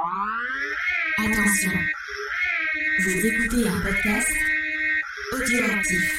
Attention, vous écoutez un podcast audioactif.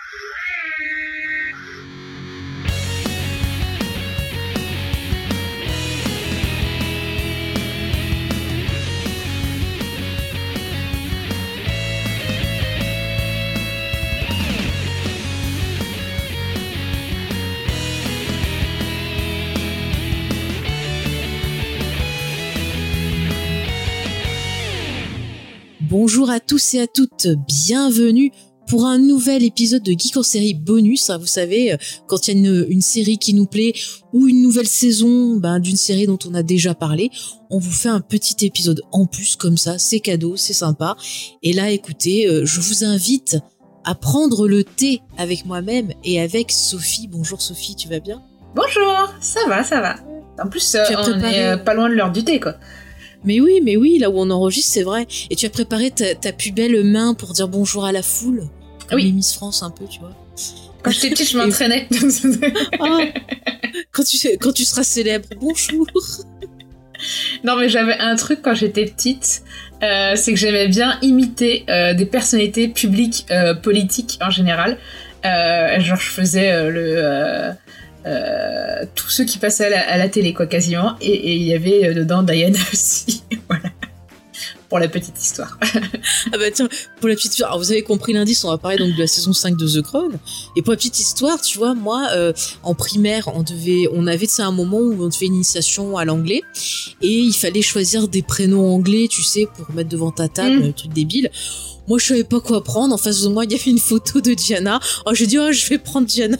Bonjour à tous et à toutes, bienvenue pour un nouvel épisode de Geek en série bonus. Vous savez, quand il y a une série qui nous plaît ou une nouvelle saison d'une série dont on a déjà parlé, on vous fait un petit épisode en plus comme ça, c'est cadeau, c'est sympa. Et là, écoutez, je vous invite à prendre le thé avec moi-même et avec Sophie. Bonjour Sophie, tu vas bien ? Bonjour, ça va. En plus, on est pas loin de l'heure du thé, quoi. Mais oui, là où on enregistre, c'est vrai. Et tu as préparé ta plus belle main pour dire bonjour à la foule. Comme les Miss France, un peu, tu vois. Quand j'étais petite, je m'entraînais. Oh, quand tu seras célèbre, bonjour. Non, mais j'avais un truc quand j'étais petite, c'est que j'aimais bien imiter des personnalités publiques, politiques en général. Genre, je faisais tous ceux qui passaient à la télé, quoi, quasiment. Et il y avait dedans Diana aussi. Voilà. Pour la petite histoire. Ah bah tiens, pour la petite histoire, alors vous avez compris l'indice, on va parler donc de la saison 5 de The Crown. Et pour la petite histoire, tu vois, moi, en primaire, on avait un moment où on fait une initiation à l'anglais. Et il fallait choisir des prénoms anglais, tu sais, pour mettre devant ta table, le truc débile. Moi, je savais pas quoi prendre. En face de moi, il y avait une photo de Diana. Alors j'ai dit, je vais prendre Diana.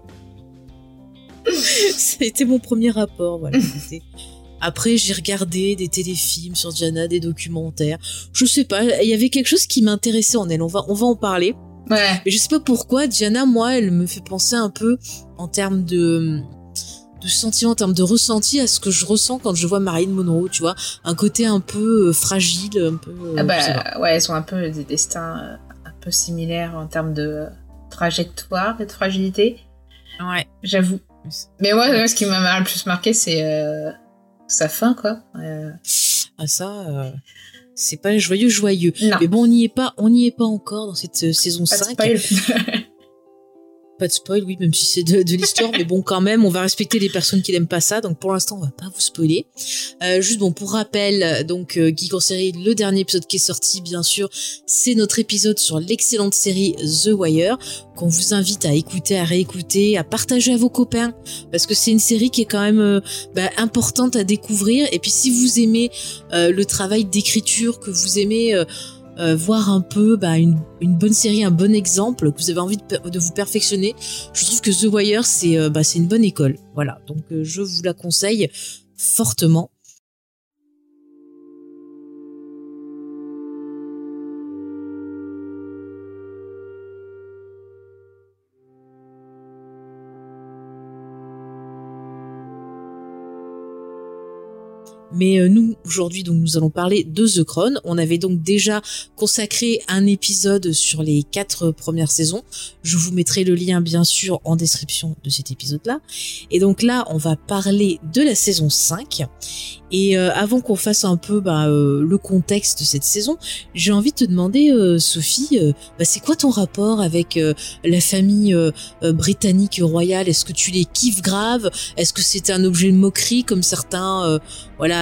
Ça a été mon premier rapport, voilà. Après, j'ai regardé des téléfilms sur Diana, des documentaires. Je sais pas, il y avait quelque chose qui m'intéressait en elle. On va en parler. Ouais. Mais je sais pas pourquoi, Diana, moi, elle me fait penser un peu en termes de sentiment, en termes de ressenti à ce que je ressens quand je vois Marilyn Monroe, tu vois. Un côté un peu fragile, un peu... ouais, elles ont un peu des destins un peu similaires en termes de trajectoire et de fragilité. Ouais. J'avoue. Mais ouais, ce qui m'a le plus marqué, c'est sa fin, quoi. C'est pas joyeux. Non. Mais bon, on n'y est pas encore dans cette saison 5. Pas de spoil. Pas de spoil, oui, même si c'est de l'histoire, mais bon, quand même, on va respecter les personnes qui n'aiment pas ça, donc pour l'instant, on va pas vous spoiler. Juste, bon, pour rappel, donc, Geek en série, le dernier épisode qui est sorti, bien sûr, c'est notre épisode sur l'excellente série The Wire, qu'on vous invite à écouter, à réécouter, à partager à vos copains, parce que c'est une série qui est quand même importante à découvrir, et puis si vous aimez le travail d'écriture, que vous aimez... voir un peu une bonne série, un bon exemple, que vous avez envie de vous perfectionner, je trouve que The Wire c'est une bonne école, voilà, donc je vous la conseille fortement. Mais nous, aujourd'hui, donc, nous allons parler de The Crown. On avait donc déjà consacré un épisode sur les 4 premières saisons. Je vous mettrai le lien, bien sûr, en description de cet épisode-là. Et donc là, on va parler de la saison 5. Et avant qu'on fasse un peu le contexte de cette saison, j'ai envie de te demander, Sophie, c'est quoi ton rapport avec la famille britannique royale ? Est-ce que tu les kiffes grave ? Est-ce que c'était un objet de moquerie comme certains avaient ?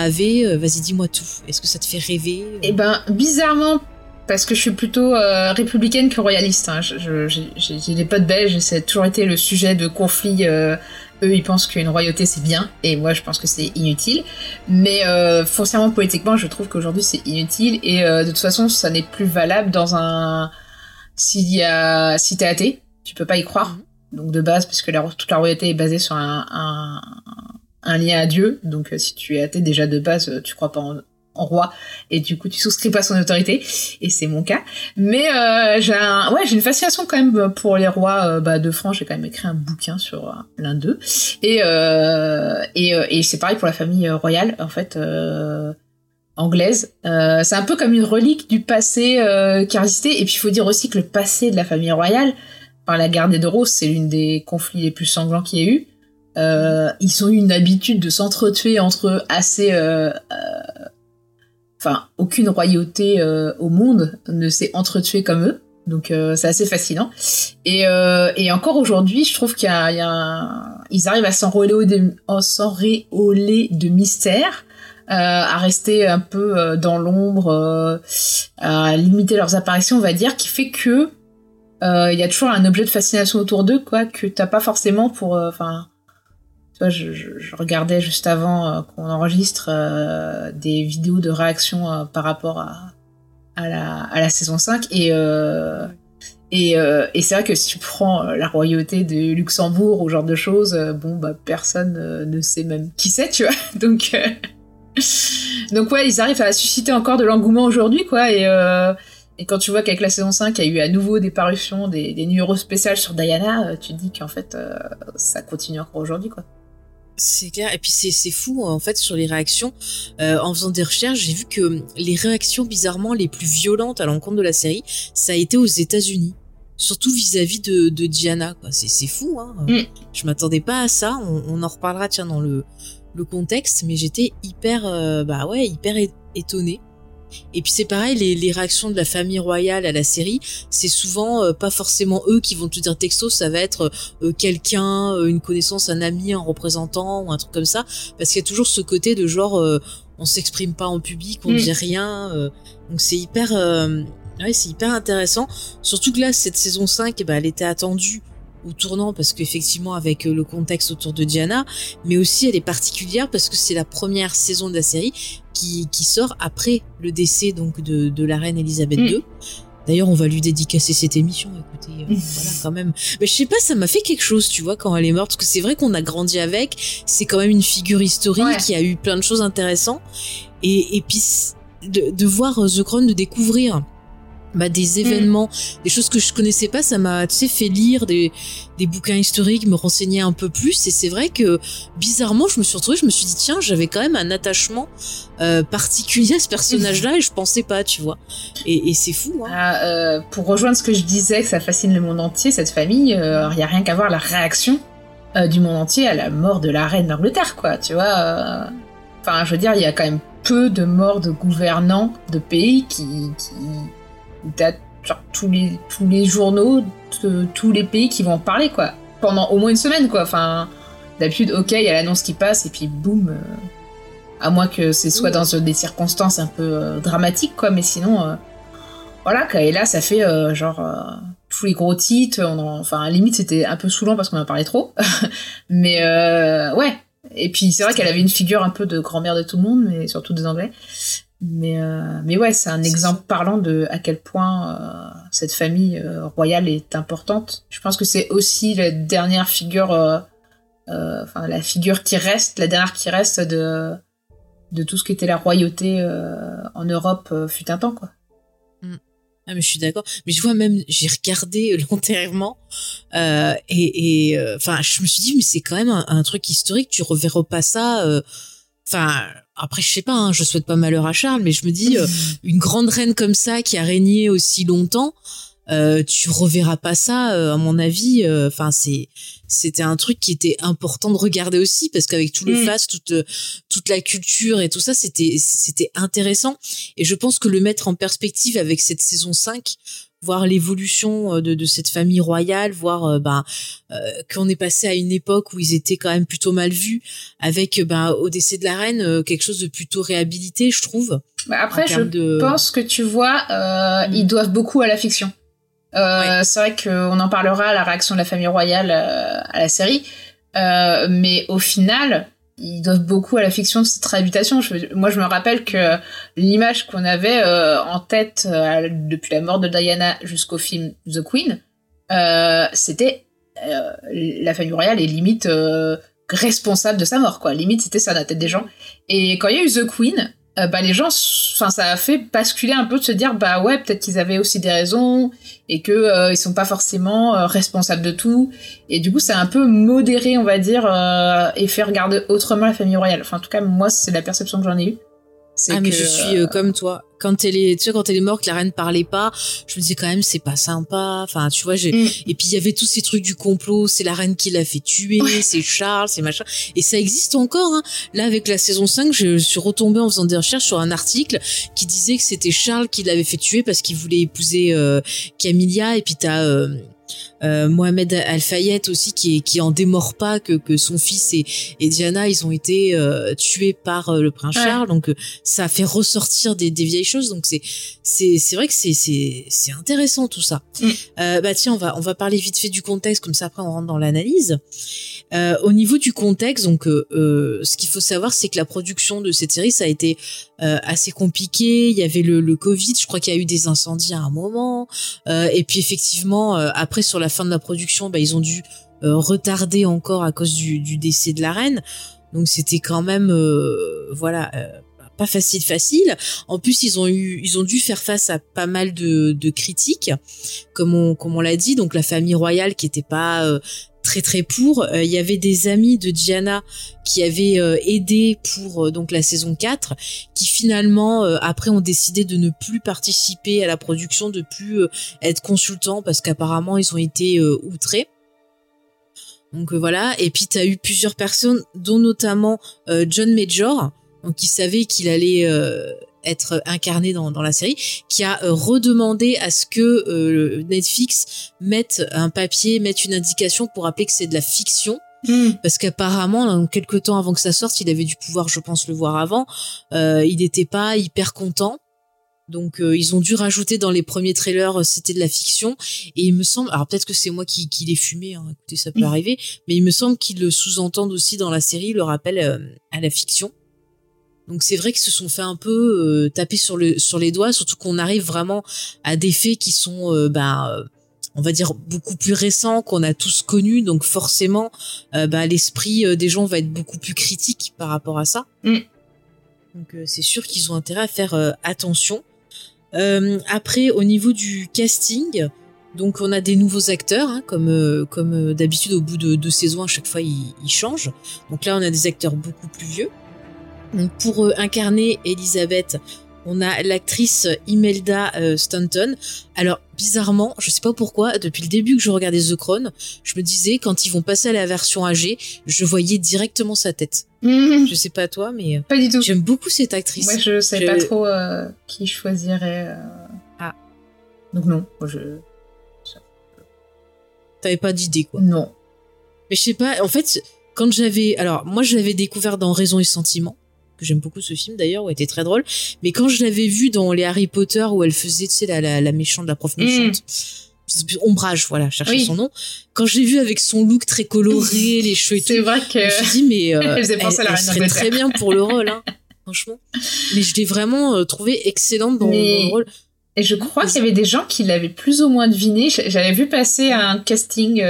Vas-y, dis-moi tout. Est-ce que ça te fait rêver ? Eh ben, bizarrement, parce que je suis plutôt républicaine que royaliste. Hein. J'ai des potes belges et ça a toujours été le sujet de conflit. Eux, ils pensent qu'une royauté, c'est bien, et moi, je pense que c'est inutile. Mais foncièrement, politiquement, je trouve qu'aujourd'hui, c'est inutile, et de toute façon, ça n'est plus valable dans un... Si t'es athée, tu peux pas y croire. Donc, de base, parce que toute la royauté est basée sur un lien à Dieu. Donc, si tu es athée, déjà, de base, tu crois pas en roi, et du coup tu souscris pas à son autorité, et c'est mon cas. Mais j'ai une fascination quand même pour les rois de France. J'ai quand même écrit un bouquin sur l'un d'eux, et c'est pareil pour la famille royale en fait, anglaise. C'est un peu comme une relique du passé qui a résisté. Et puis il faut dire aussi que le passé de la famille royale, la guerre des 2 Roses, c'est l'une des conflits les plus sanglants qu'il y ait eu. Ils ont eu une habitude de s'entretuer entre eux assez aucune royauté au monde ne s'est entretuée comme eux. Donc c'est assez fascinant. Et encore aujourd'hui, je trouve qu'ils arrivent à s'enrôler de mystère, à rester un peu dans l'ombre, à limiter leurs apparitions, on va dire, qui fait que y a toujours un objet de fascination autour d'eux, quoi, que t'as pas forcément pour... tu vois, je regardais juste avant qu'on enregistre des vidéos de réaction par rapport à la saison 5 et c'est vrai que si tu prends la royauté de Luxembourg ou ce genre de choses, personne ne sait même qui c'est, tu vois. Donc ouais, ils arrivent à susciter encore de l'engouement aujourd'hui, quoi, et quand tu vois qu'avec la saison 5, il y a eu à nouveau des parutions, des numéros spéciaux sur Diana, tu te dis qu'en fait, ça continue encore aujourd'hui, quoi. C'est clair, et puis c'est fou en fait sur les réactions. En faisant des recherches, j'ai vu que les réactions bizarrement les plus violentes à l'encontre de la série, ça a été aux États-Unis, surtout vis-à-vis de Diana, quoi. C'est fou, hein. Je m'attendais pas à ça. On en reparlera, tiens, dans le contexte, mais j'étais hyper étonnée. Et puis c'est pareil, les réactions de la famille royale à la série, c'est souvent pas forcément eux qui vont te dire texto, ça va être quelqu'un, une connaissance, un ami, un représentant ou un truc comme ça, parce qu'il y a toujours ce côté de genre on s'exprime pas en public, on dit rien, donc c'est hyper intéressant, surtout que là cette saison 5, elle était attendue au tournant parce qu'effectivement avec le contexte autour de Diana, mais aussi elle est particulière parce que c'est la première saison de la série qui sort après le décès donc de la reine Elisabeth II. D'ailleurs, on va lui dédicacer cette émission, écoutez, voilà, quand même. Mais je sais pas, ça m'a fait quelque chose, tu vois, quand elle est morte, parce que c'est vrai qu'on a grandi avec, c'est quand même une figure historique qui a eu plein de choses intéressantes, et puis de voir The Crown, de découvrir des événements, des choses que je connaissais pas, ça m'a, tu sais, fait lire des bouquins historiques, me renseigner un peu plus, et c'est vrai que bizarrement je me suis dit tiens, j'avais quand même un attachement particulier à ce personnage-là et je pensais pas, tu vois, et c'est fou, hein. Pour rejoindre ce que je disais, que ça fascine le monde entier, cette famille, y a rien qu'à voir la réaction du monde entier à la mort de la reine d'Angleterre, quoi, tu vois. Enfin, je veux dire, il y a quand même peu de morts de gouvernants de pays qui t'as genre tous les journaux de tous les pays qui vont en parler, quoi, pendant au moins une semaine, quoi. Enfin, d'habitude, ok, il y a l'annonce qui passe et puis boum, à moins que c'est soit dans des circonstances un peu dramatiques, quoi, mais sinon voilà, quoi. Et là ça fait tous les gros titres, enfin limite c'était un peu saoulant parce qu'on en parlait trop mais ouais, et puis c'est vrai qu'elle avait une figure un peu de grand-mère de tout le monde, mais surtout des Anglais. Mais ouais, c'est un exemple parlant de à quel point cette famille royale est importante. Je pense que c'est aussi la dernière figure, la figure qui reste, la dernière qui reste de tout ce qui était la royauté en Europe fut un temps, quoi. Ah, mais je suis d'accord. Mais je vois même, j'ai regardé l'enterrement je me suis dit mais c'est quand même un truc historique, tu reverras pas ça. Après, je sais pas, hein, je souhaite pas malheur à Charles, mais je me dis, une grande reine comme ça qui a régné aussi longtemps, tu reverras pas ça, à mon avis. C'était un truc qui était important de regarder aussi, parce qu'avec tout le faste, toute la culture et tout ça, c'était intéressant. Et je pense que le mettre en perspective avec cette saison 5, voir l'évolution de cette famille royale, voir qu'on est passé à une époque où ils étaient quand même plutôt mal vus, avec au décès de la reine quelque chose de plutôt réhabilité, je trouve. Après, je pense que tu vois, ils doivent beaucoup à la fiction. C'est vrai qu'on en parlera, la réaction de la famille royale à la série, mais au final ils doivent beaucoup à la fiction de cette réhabilitation. Moi, je me rappelle que l'image qu'on avait en tête depuis la mort de Diana jusqu'au film The Queen, c'était la famille royale est limite responsable de sa mort, quoi. Limite, c'était ça dans la tête des gens. Et quand il y a eu The Queen, les gens, ça a fait basculer un peu de se dire, ouais, peut-être qu'ils avaient aussi des raisons et que ils sont pas forcément responsables de tout. Et du coup, ça a un peu modéré, on va dire, et fait regarder autrement la famille royale. Enfin, en tout cas, moi, c'est la perception que j'en ai eue. Mais je suis comme toi. quand elle est morte, la reine parlait pas, je me disais quand même c'est pas sympa. Enfin, tu vois, et puis il y avait tous ces trucs du complot, c'est la reine qui l'a fait tuer, c'est Charles, c'est machin. Et ça existe encore, hein. Là, avec la saison 5, je suis retombée en faisant des recherches sur un article qui disait que c'était Charles qui l'avait fait tuer parce qu'il voulait épouser Camilla. Et puis t'as Mohamed Al-Fayed aussi qui en démord pas que son fils et Diana ils ont été tués par le prince Charles. Donc ça fait ressortir des vieilles choses. Donc c'est vrai que c'est intéressant tout ça. Bah tiens, on va parler vite fait du contexte, comme ça après on rentre dans l'analyse. Au niveau du contexte, donc ce qu'il faut savoir, c'est que la production de cette série, ça a été assez compliqué. Il y avait le Covid, je crois qu'il y a eu des incendies à un moment, et puis effectivement après sur la fin de la production, bah ils ont dû retarder encore à cause du décès de la reine. Donc c'était quand même pas facile. En plus, ils ont dû faire face à pas mal de critiques, comme on l'a dit. Donc la famille royale qui était pas très très pour. Il y avait des amis de Diana qui avaient aidé pour donc la saison 4, qui finalement après ont décidé de ne plus participer à la production, de plus être consultants parce qu'apparemment ils ont été outrés. Donc voilà. Et puis t'as eu plusieurs personnes, dont notamment John Major, donc qui savait qu'il allait être incarné dans la série, qui a redemandé à ce que Netflix mette un papier, mette une indication pour rappeler que c'est de la fiction. Parce qu'apparemment, quelque temps avant que ça sorte, il avait dû pouvoir, je pense, le voir avant. Il n'était pas hyper content. Donc ils ont dû rajouter dans les premiers trailers c'était de la fiction, et il me semble, alors peut-être que c'est moi qui l'ai fumé, hein, écoutez, ça peut arriver, mais il me semble qu'ils le sous-entendent aussi dans la série, le rappel à la fiction. Donc c'est vrai qu'ils se sont fait un peu taper sur les doigts, surtout qu'on arrive vraiment à des faits qui sont on va dire beaucoup plus récents, qu'on a tous connus, donc forcément l'esprit des gens va être beaucoup plus critique par rapport à ça. Donc c'est sûr qu'ils ont intérêt à faire attention. Après, au niveau du casting, donc on a des nouveaux acteurs, hein, comme d'habitude au bout de 2 saisons, à chaque fois ils changent. Donc là on a des acteurs beaucoup plus vieux. Donc pour incarner Elisabeth, on a l'actrice Imelda Staunton. Alors bizarrement, je sais pas pourquoi, depuis le début que je regardais The Crown, je me disais quand ils vont passer à la version âgée, je voyais directement sa tête. Je sais pas toi, mais pas du tout. J'aime beaucoup cette actrice. Moi, je sais pas trop qui choisirait. Donc non, T'avais pas d'idée, quoi. Non. Mais je sais pas. En fait, moi, je l'avais découvert dans Raison et Sentiment, que j'aime beaucoup ce film d'ailleurs, où elle était très drôle. Mais quand je l'avais vue dans les Harry Potter, où elle faisait, tu sais, la méchante, la prof méchante. Ombrage, voilà, chercher son nom. Quand j'ai vu avec son look très coloré, les cheveux et tout, c'est vrai que je me suis dit mais elle serait très bien pour le rôle, hein, franchement. Mais je l'ai vraiment trouvée excellente dans le rôle. Et je crois qu'il y avait des gens qui l'avaient plus ou moins deviné. J'avais vu passer un casting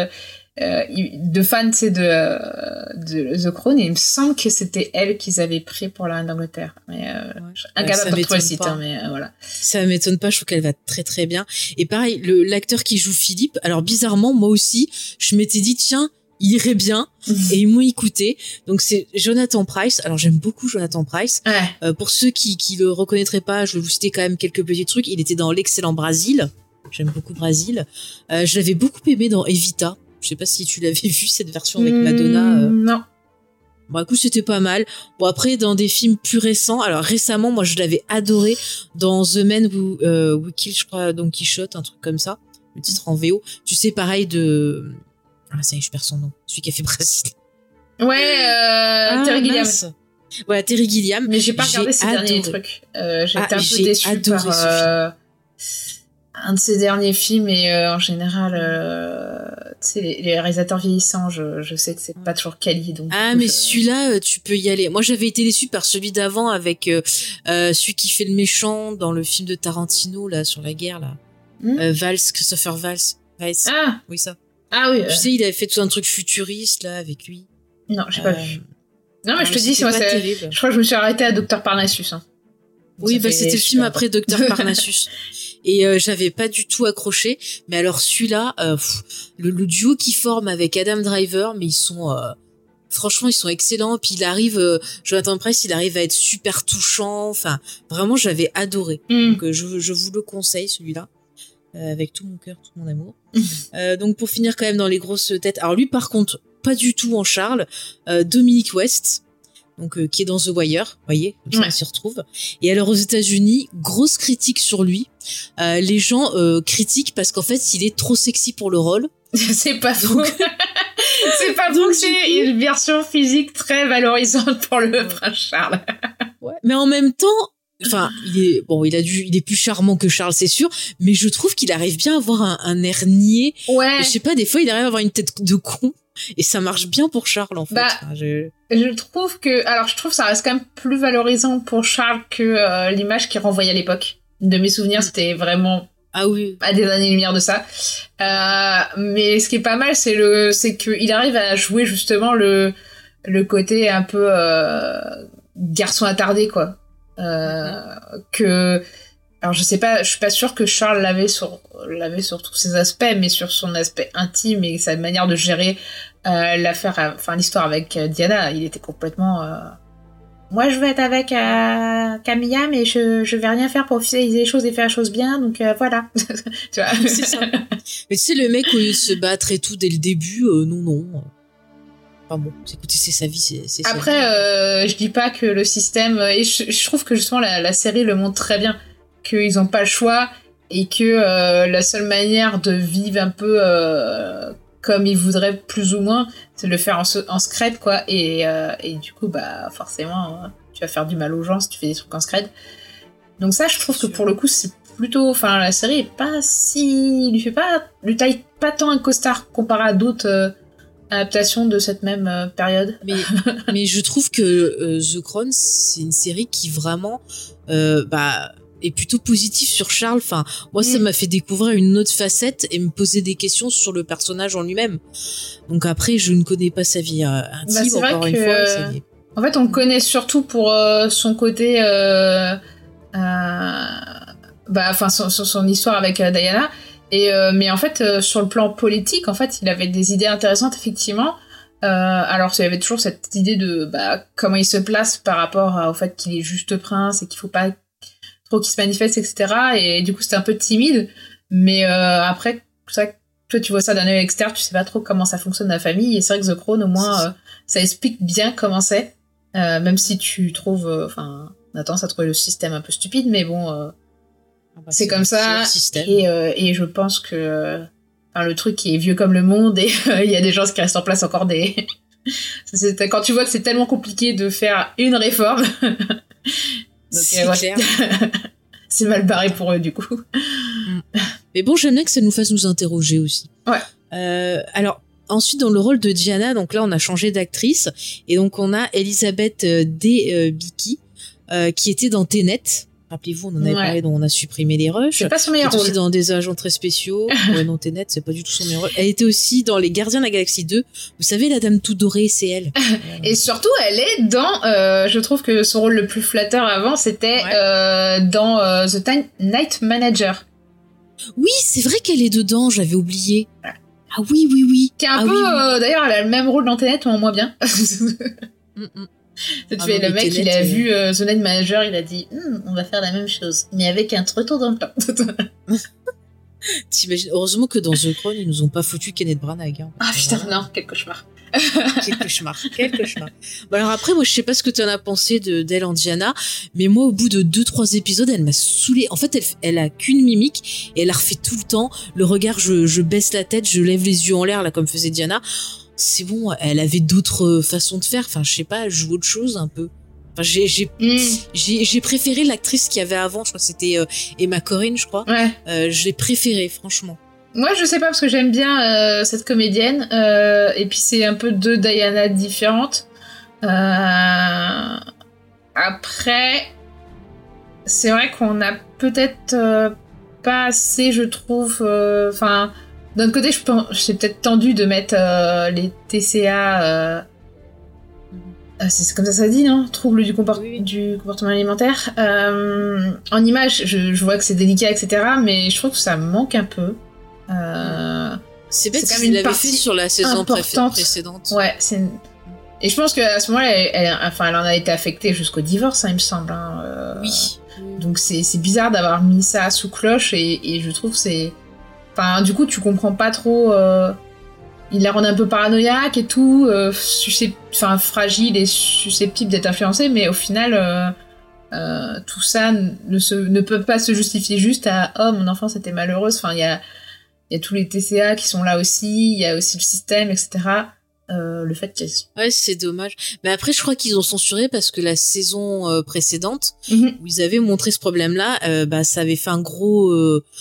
de fans, tu sais, de The Crown, et il me semble que c'était elle qu'ils avaient pris pour la reine d'Angleterre. Mais incapable de retrouver le site, hein, mais voilà. Ça m'étonne pas, je trouve qu'elle va très très bien. Et pareil, l'acteur qui joue Philippe, alors bizarrement, moi aussi, je m'étais dit tiens, il irait bien, et ils m'ont écouté. Donc c'est Jonathan Pryce. Alors j'aime beaucoup Jonathan Pryce. Pour ceux qui le reconnaîtraient pas, je vais vous citer quand même quelques petits trucs. Il était dans l'excellent Brasil. J'aime beaucoup Brasil. Je l'avais beaucoup aimé dans Evita. Je sais pas si tu l'avais vu, cette version avec Madonna. Non. Bon, écoute, c'était pas mal. Bon, après, dans des films plus récents, alors récemment, moi, je l'avais adoré dans The Man Who Killed, je crois, Don Quichotte, un truc comme ça. Le titre en VO. Tu sais, pareil de... Ah, ça y est, je perds son nom. Celui qui a fait Brasil. Ouais, Terry Gilliam. Voilà, Terry Gilliam. Mais j'ai pas regardé ces derniers trucs. J'étais un peu déçue par un de ses derniers films, et en général, tu sais, les réalisateurs vieillissants, je sais que c'est pas toujours quali. Donc, mais celui-là, tu peux y aller. Moi, j'avais été déçue par celui d'avant avec celui qui fait le méchant dans le film de Tarantino, là, sur la guerre, là. Christopher Valls. Ah! Oui, ça. Ah oui. Tu sais, il avait fait tout un truc futuriste, là, avec lui. Non, j'ai pas vu. Non, mais je te dis, moi, je crois que je me suis arrêtée à Dr. Parnassus, hein. Oui, c'était le film après Dr. Parnassus. Et j'avais pas du tout accroché. Mais alors celui-là, le duo qu'ils forment avec Adam Driver, mais ils sont Franchement, ils sont excellents. Puis il arrive, Jonathan Pryce, il arrive à être super touchant. Enfin, vraiment, j'avais adoré. Donc, je vous le conseille, celui-là. Avec tout mon cœur, tout mon amour. Donc, pour finir quand même dans les grosses têtes. Alors lui, par contre, pas du tout en Charles. Dominic West. Donc, qui est dans The Wire. Vous voyez, comme ça, on s'y retrouve. Et alors, aux États-Unis, grosse critique sur lui. Les gens critiquent parce qu'en fait, il est trop sexy pour le rôle. C'est pas faux. C'est pas faux que c'est une version physique très valorisante pour le prince Charles. Ouais. Mais en même temps, enfin, il est plus charmant que Charles, c'est sûr, mais je trouve qu'il arrive bien à avoir un air niais. Ouais. Je sais pas, des fois, il arrive à avoir une tête de con. Et ça marche bien pour Charles, en fait. Je trouve que ça reste quand même plus valorisant pour Charles que l'image qu'il renvoyait à l'époque. De mes souvenirs, c'était vraiment à des années-lumière de ça. Mais ce qui est pas mal, c'est qu'il arrive à jouer justement le côté un peu garçon attardé, quoi. Alors je suis pas sûre que Charles l'avait sur tous ses aspects, mais sur son aspect intime et sa manière de gérer l'histoire avec Diana, il était complètement moi je veux être avec Camilla, mais je vais rien faire pour officialiser les choses et faire les choses bien, donc voilà. Tu vois. C'est ça. Mais tu sais, le mec, au lieu de se battre et tout dès le début, non. Enfin bon, écoutez, c'est sa vie, c'est Après, je dis pas que le système, et je trouve que justement la série le montre très bien, qu'ils ont pas le choix et que la seule manière de vivre un peu comme ils voudraient plus ou moins, c'est de le faire en scred, quoi. Et du coup, bah forcément, tu vas faire du mal aux gens si tu fais des trucs en scred. Donc ça, je trouve que pour le coup, c'est plutôt, enfin, la série est pas si, lui taille pas tant un costard comparé à d'autres adaptation de cette même période. Mais je trouve que The Crown, c'est une série qui vraiment est plutôt positive sur Charles. Enfin, moi, ça m'a fait découvrir une autre facette et me poser des questions sur le personnage en lui-même. Donc après, je ne connais pas sa vie intime, encore une fois. En fait, on le connaît surtout pour son côté... son histoire avec Diana. Mais en fait, sur le plan politique, en fait, il avait des idées intéressantes, effectivement. Alors, il y avait toujours cette idée de comment il se place par rapport au fait qu'il est juste prince et qu'il faut pas trop qu'il se manifeste, etc. Et du coup, c'était un peu timide. Mais après, ça, toi, tu vois ça d'un œil externe, tu sais pas trop comment ça fonctionne dans la famille. Et c'est vrai que The Crown, au moins, ça explique bien comment c'est. Même si tu trouves... on a tendance à trouver le système un peu stupide, mais bon... c'est comme ça, et je pense que le truc qui est vieux comme le monde, et il y a des gens qui restent en place encore des... Quand tu vois que c'est tellement compliqué de faire une réforme, donc, c'est clair. C'est mal barré pour eux, du coup. Mais bon, j'aime bien que ça nous fasse nous interroger aussi. Ouais. Alors, ensuite, dans le rôle de Diana, donc là, on a changé d'actrice, et donc on a Elizabeth Debicki, qui était dans Tenet. Rappelez-vous, on en avait parlé, dont on a supprimé les rushs. C'est pas son meilleur rôle. Elle était aussi dans Des agents très spéciaux. Ouais, non, Tenet, c'est pas du tout son meilleur rôle. Elle était aussi dans Les Gardiens de la Galaxie 2. Vous savez, la dame tout dorée, c'est elle. Et surtout, elle est dans... je trouve que son rôle le plus flatteur avant, c'était dans The Night Manager. Oui, c'est vrai qu'elle est dedans, j'avais oublié. Ah oui. Qui est un peu... d'ailleurs, elle a le même rôle dans Tenet, mais en moins bien. Le mec, il a vu The Night Manager, il a dit on va faire la même chose, mais avec un retour dans le temps. T'imagines, heureusement que dans The Crown, ils nous ont pas foutu Kenneth Branagh. Ah putain, non, quel cauchemar. Quel cauchemar. Bon, alors après, moi, je sais pas ce que tu en as pensé d'elle en Diana, mais moi, au bout de 2-3 épisodes, elle m'a saoulée. En fait, elle a qu'une mimique, et elle la refait tout le temps. Le regard, je baisse la tête, je lève les yeux en l'air, là, comme faisait Diana. C'est bon, elle avait d'autres façons de faire. Enfin, je sais pas, elle joue autre chose un peu. Enfin, j'ai préféré l'actrice qu'il y avait avant. Je crois que c'était Emma Corrin, je crois. Ouais. Je l'ai préférée, franchement. Moi, je sais pas, parce que j'aime bien cette comédienne. Et puis, c'est un peu deux Diana différentes. Après, c'est vrai qu'on a peut-être pas assez, je trouve... d'un côté, j'ai peut-être tendu de mettre les TCA... c'est comme ça se dit, non ? Troubles du comportement alimentaire. En image, je vois que c'est délicat, etc. Mais je trouve que ça manque un peu. C'est bête, c'est quand même une partie fait sur la saison précédente. Ouais, c'est Et je pense qu'à ce moment-là, elle en a été affectée jusqu'au divorce, hein, il me semble. Oui. Donc c'est bizarre d'avoir mis ça sous cloche et je trouve que c'est... Enfin, du coup, tu comprends pas trop... Il la rend un peu paranoïaque et tout, fragile et susceptible d'être influencée, mais au final, tout ça ne peut pas se justifier juste à « Oh, mon enfant, c'était malheureuse ». Enfin, il y a tous les TCA qui sont là aussi, il y a aussi le système, etc. Le fait que... Ouais, c'est dommage. Mais après, je crois qu'ils ont censuré parce que la saison précédente, où ils avaient montré ce problème-là, ça avait fait un gros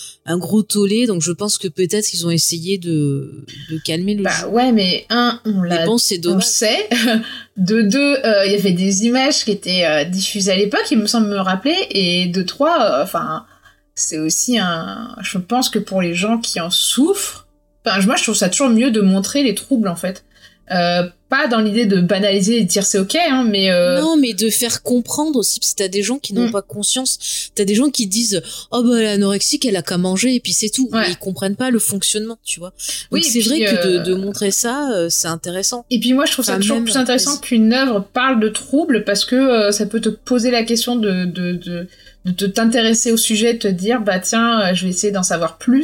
tollé. Donc, je pense que peut-être qu'ils ont essayé de calmer le jeu. Ouais, mais c'est dommage. On le sait. De deux, il y avait des images qui étaient diffusées à l'époque, il me semble me rappeler. Et de trois, c'est aussi je pense que pour les gens qui en souffrent, moi, je trouve ça toujours mieux de montrer les troubles, en fait. Pas dans l'idée de banaliser et de dire c'est ok, hein, mais... Non, mais de faire comprendre aussi, parce que t'as des gens qui n'ont pas conscience. T'as des gens qui disent « Oh, l'anorexique, elle a qu'à manger, et puis c'est tout. Ouais. » Ils comprennent pas le fonctionnement, tu vois. Donc c'est vrai que de montrer ça, c'est intéressant. Et puis moi, je trouve ça toujours plus intéressant qu'une œuvre parle de troubles, parce que ça peut te poser la question de t'intéresser au sujet, de te dire « Bah tiens, je vais essayer d'en savoir plus ».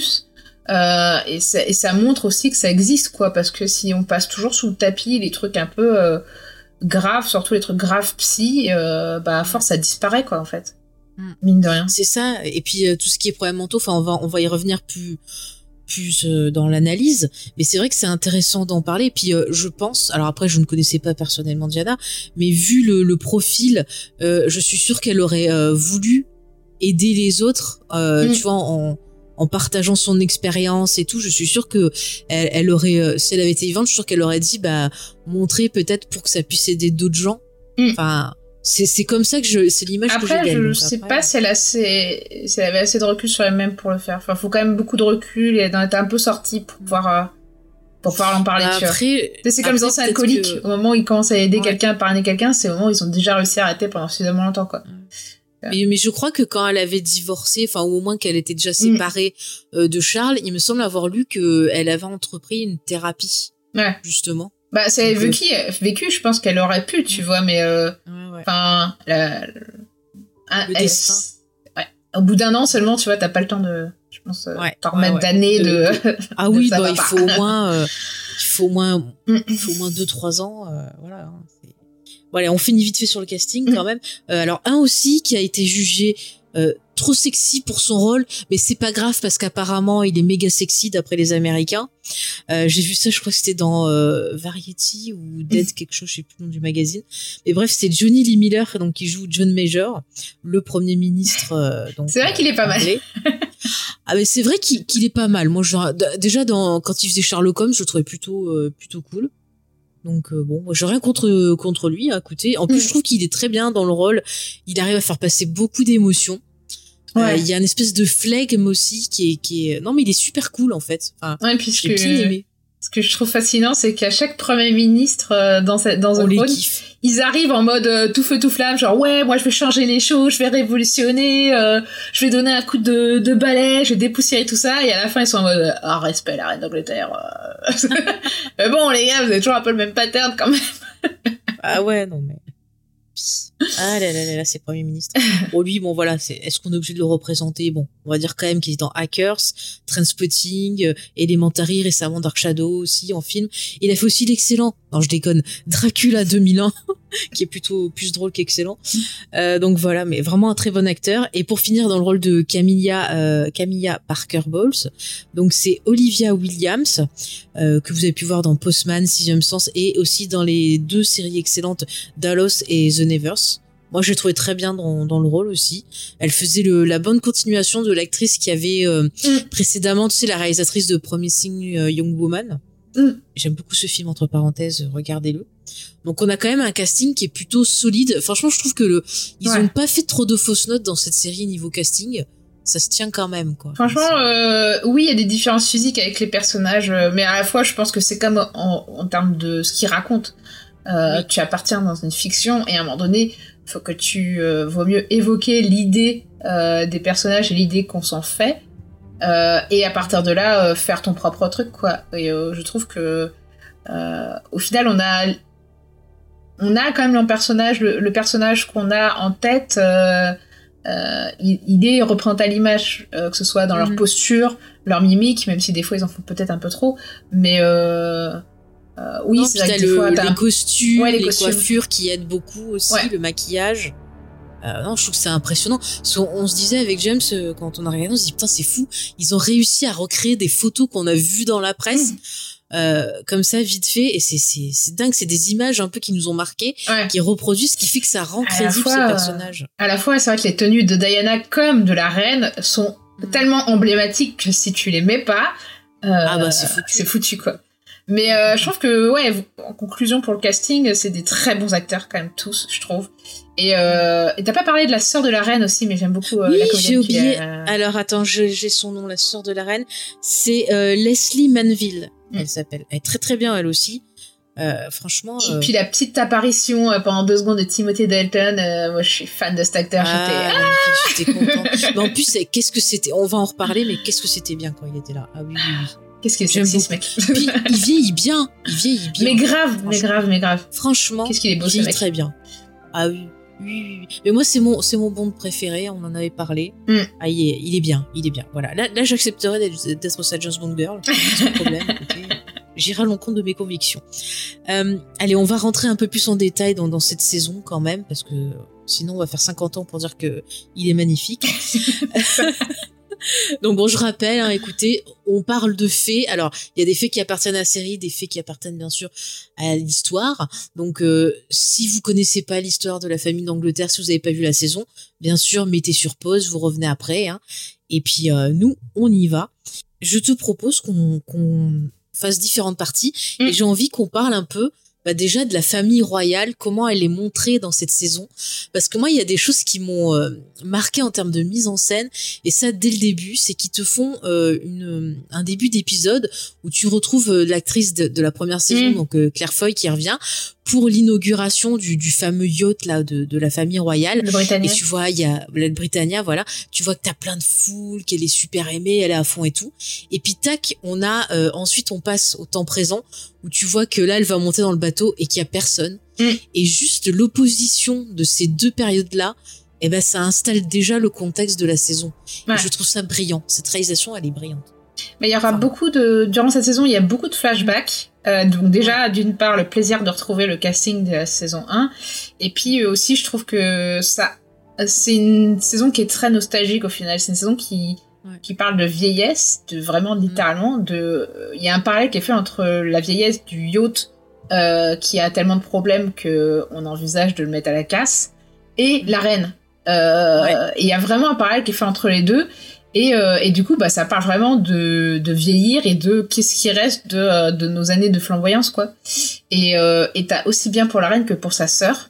Et ça montre aussi que ça existe, quoi, parce que si on passe toujours sous le tapis les trucs un peu graves, surtout les trucs graves psy, à force ça disparaît, quoi, en fait. Mine de rien. C'est ça. Et puis tout ce qui est problèmes mentaux, on va y revenir plus dans l'analyse, mais c'est vrai que c'est intéressant d'en parler. Et puis je pense, alors après je ne connaissais pas personnellement Diana, mais vu le profil, je suis sûre qu'elle aurait voulu aider les autres, tu vois, en partageant son expérience et tout. Je suis sûre que elle aurait, si elle avait été vivante, je suis sûre qu'elle aurait dit, montrer peut-être pour que ça puisse aider d'autres gens. Enfin, c'est comme ça que c'est l'image que j'ai d'elle. Après, je sais pas si elle avait assez de recul sur elle-même pour le faire. Enfin, faut quand même beaucoup de recul et elle en était un peu sortie pour pouvoir en parler, tu vois. C'est comme les anciens alcooliques. Au moment où ils commencent à aider quelqu'un, à parrainer quelqu'un, c'est au moment où ils ont déjà réussi à arrêter pendant suffisamment longtemps, quoi. Mais je crois que quand elle avait divorcé, ou au moins qu'elle était déjà séparée de Charles, il me semble avoir lu qu'elle avait entrepris une thérapie. Ouais. Justement. C'est vécu, je pense qu'elle aurait pu, tu vois, mais au bout d'un an seulement, tu vois, t'as pas le temps de, je pense, t'en remettre d'années de... Ah oui, il faut au moins 2-3 ans, voilà. Voilà, on finit vite fait sur le casting quand même. Alors un aussi qui a été jugé trop sexy pour son rôle, mais c'est pas grave parce qu'apparemment il est méga sexy d'après les Américains. J'ai vu ça, je crois que c'était dans Variety ou Dead quelque chose, je sais plus le nom du magazine. Mais bref, c'est Johnny Lee Miller donc qui joue John Major, le premier ministre. Donc c'est vrai qu'il est pas mal. Ah mais c'est vrai qu'il est pas mal. Moi, déjà quand il faisait Sherlock Holmes, je le trouvais plutôt cool. Donc moi j'ai rien contre lui, écoutez. En plus je trouve qu'il est très bien dans le rôle. Il arrive à faire passer beaucoup d'émotions. Il y a une espèce de flegme aussi qui est non mais il est super cool en fait. Enfin, j'ai bien aimé. Ce que je trouve fascinant, c'est qu'à chaque premier ministre dans un rôle, ils arrivent en mode tout feu tout flamme, genre ouais, moi je vais changer les choses, je vais révolutionner, je vais donner un coup de balai, je vais dépoussiérer tout ça, et à la fin ils sont en mode respect la reine d'Angleterre. Mais bon les gars, vous avez toujours un peu le même pattern quand même. Ah ouais, non mais... Ah là, c'est Premier ministre. Bon, lui, voilà, est-ce qu'on est obligé de le représenter? Bon, on va dire quand même qu'il est dans Hackers, Trainspotting, Elementary, récemment Dark Shadow aussi, en film. Il a fait aussi l'excellent, non je déconne, Dracula 2001, qui est plutôt plus drôle qu'excellent. Donc voilà, mais vraiment un très bon acteur. Et pour finir dans le rôle de Camilla Parker Bowles, donc c'est Olivia Williams, que vous avez pu voir dans Postman, Sixième Sens, et aussi dans les 2 séries excellentes Dallas et The Nevers. Moi, je l'ai trouvé très bien dans le rôle aussi. Elle faisait la bonne continuation de l'actrice qui avait précédemment, tu sais, la réalisatrice de Promising Young Woman. J'aime beaucoup ce film, entre parenthèses, regardez-le. Donc on a quand même un casting qui est plutôt solide. Franchement, je trouve que ils ont pas fait trop de fausses notes dans cette série niveau casting. Ça se tient quand même, quoi. Franchement, oui, il y a des différences physiques avec les personnages, mais à la fois, je pense que c'est comme en termes de ce qu'ils racontent. Tu appartiens dans une fiction et à un moment donné, faut que vaut mieux évoquer l'idée des personnages et l'idée qu'on s'en fait, et à partir de là, faire ton propre truc, quoi. Et je trouve que au final, on a on a quand même le personnage qu'on a en tête, il est représenté à l'image, que ce soit dans leur posture, leur mimique, même si des fois ils en font peut-être un peu trop, mais oui, non, c'est vrai que des fois les costumes, ouais, les coiffures qui aident beaucoup aussi, le maquillage. Non, je trouve que c'est impressionnant. On se disait avec James, quand on a regardé, on se dit putain, c'est fou. Ils ont réussi à recréer des photos qu'on a vues dans la presse, comme ça, vite fait. Et c'est dingue. C'est des images un peu qui nous ont marqués, qui reproduisent, ce qui fait que ça rend crédible ces personnages. À la fois, c'est vrai que les tenues de Diana comme de la reine sont tellement emblématiques que si tu les mets pas, c'est foutu, quoi. Mais je trouve que, en conclusion pour le casting, c'est des très bons acteurs quand même tous, je trouve. Et t'as pas parlé de la sœur de la reine aussi, mais j'aime beaucoup la comédienne. J'ai oublié. Alors attends, j'ai son nom, la sœur de la reine. C'est Leslie Manville, elle s'appelle. Elle est très très bien, elle aussi. Franchement. Et puis la petite apparition pendant 2 secondes de Timothy Dalton, moi je suis fan de cet acteur. J'étais contente. Mais en plus, qu'est-ce que c'était. On va en reparler, mais qu'est-ce que c'était bien quand il était là. Ah oui. Qu'est-ce que c'est sexy, ce mec. Puis, il vieillit bien. Mais grave. Franchement, qu'est-ce qu'il est beau, il ce mec. Très bien. Ah oui. Mais moi, c'est mon Bond préféré. On en avait parlé. Ah, il est bien. Voilà. Là, j'accepterais d'être sa James Bond girl. Sans problème. Écoutez, j'irai à l'encontre de mes convictions. Allez, on va rentrer un peu plus en détail dans cette saison quand même, parce que sinon, on va faire 50 ans pour dire que il est magnifique. Donc bon, je rappelle, écoutez, on parle de faits. Alors, il y a des faits qui appartiennent à la série, des faits qui appartiennent bien sûr à l'histoire. Donc, si vous connaissez pas l'histoire de la famille d'Angleterre, si vous avez pas vu la saison, bien sûr, mettez sur pause, vous revenez après. Et puis, nous, on y va. Je te propose qu'on fasse différentes parties. Et j'ai envie qu'on parle un peu déjà de la famille royale, comment elle est montrée dans cette saison, parce que moi il y a des choses qui m'ont marqué en termes de mise en scène, et ça dès le début, c'est qu'ils te font un début d'épisode où tu retrouves l'actrice de la première saison, donc Claire Foy, qui revient pour l'inauguration du fameux yacht là de la famille royale. Le Britannia. Et tu vois, il y a le Britannia, voilà. Tu vois que t'as plein de foule, qu'elle est super aimée, elle est à fond et tout. Et puis tac, on a ensuite on passe au temps présent où tu vois que là elle va monter dans le bateau et qu'il y a personne. Et juste l'opposition de ces deux périodes-là, ça installe déjà le contexte de la saison. Et je trouve ça brillant. Cette réalisation, elle est brillante. Mais il y aura durant cette saison, il y a beaucoup de flashbacks. Donc déjà, d'une part, le plaisir de retrouver le casting de la saison 1. Et puis aussi, je trouve que c'est une saison qui est très nostalgique au final. C'est une saison qui parle de vieillesse, de vraiment littéralement. Il y a un parallèle qui est fait entre la vieillesse du yacht qui a tellement de problèmes qu'on envisage de le mettre à la casse, et la reine. Et il y a vraiment un parallèle qui est fait entre les deux. Et du coup, ça parle vraiment de vieillir et de qu'est-ce qui reste de nos années de flamboyance, quoi. Et t'as aussi bien pour la reine que pour sa sœur.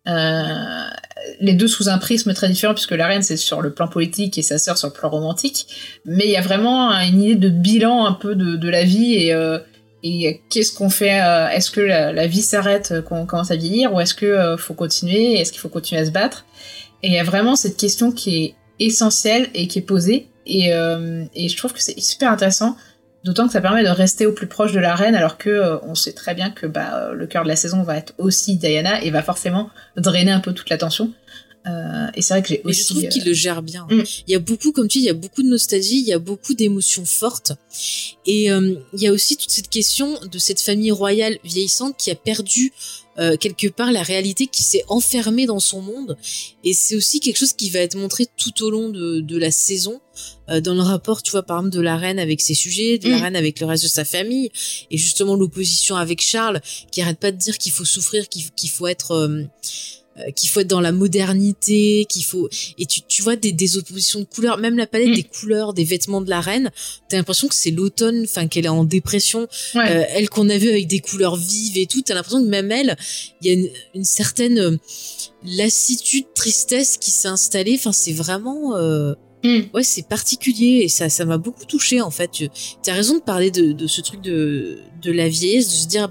Les deux sous un prisme très différent, puisque la reine, c'est sur le plan politique et sa sœur sur le plan romantique. Mais il y a vraiment une idée de bilan un peu de la vie et qu'est-ce qu'on fait. Est-ce que la vie s'arrête quand on commence à vieillir, ou est-ce que faut continuer? Est-ce qu'il faut continuer à se battre? Et il y a vraiment cette question qui est essentielle et qui est posée, et je trouve que c'est super intéressant, d'autant que ça permet de rester au plus proche de la reine, alors que on sait très bien que le cœur de la saison va être aussi Diana et va forcément drainer un peu toute l'attention. Et c'est vrai que je trouve qu'il le gère bien. Il y a beaucoup, comme tu dis, il y a beaucoup de nostalgie, il y a beaucoup d'émotions fortes, et il y a aussi toute cette question de cette famille royale vieillissante qui a perdu quelque part la réalité, qui s'est enfermée dans son monde. Et c'est aussi quelque chose qui va être montré tout au long de la saison, dans le rapport, tu vois, par exemple, de la reine avec ses sujets, de la reine avec le reste de sa famille, et justement l'opposition avec Charles, qui arrête pas de dire qu'il faut souffrir, qu'il faut être dans la modernité, et tu vois des oppositions de couleurs, même la palette des couleurs des vêtements de la reine, t'as l'impression que c'est l'automne, qu'elle est en dépression. Elle qu'on a vu avec des couleurs vives et tout, t'as l'impression que même elle, il y a une certaine lassitude, tristesse qui s'est installée. C'est vraiment c'est particulier, et ça m'a beaucoup touchée en fait. T'as raison de parler de ce truc de la vieillesse, de se dire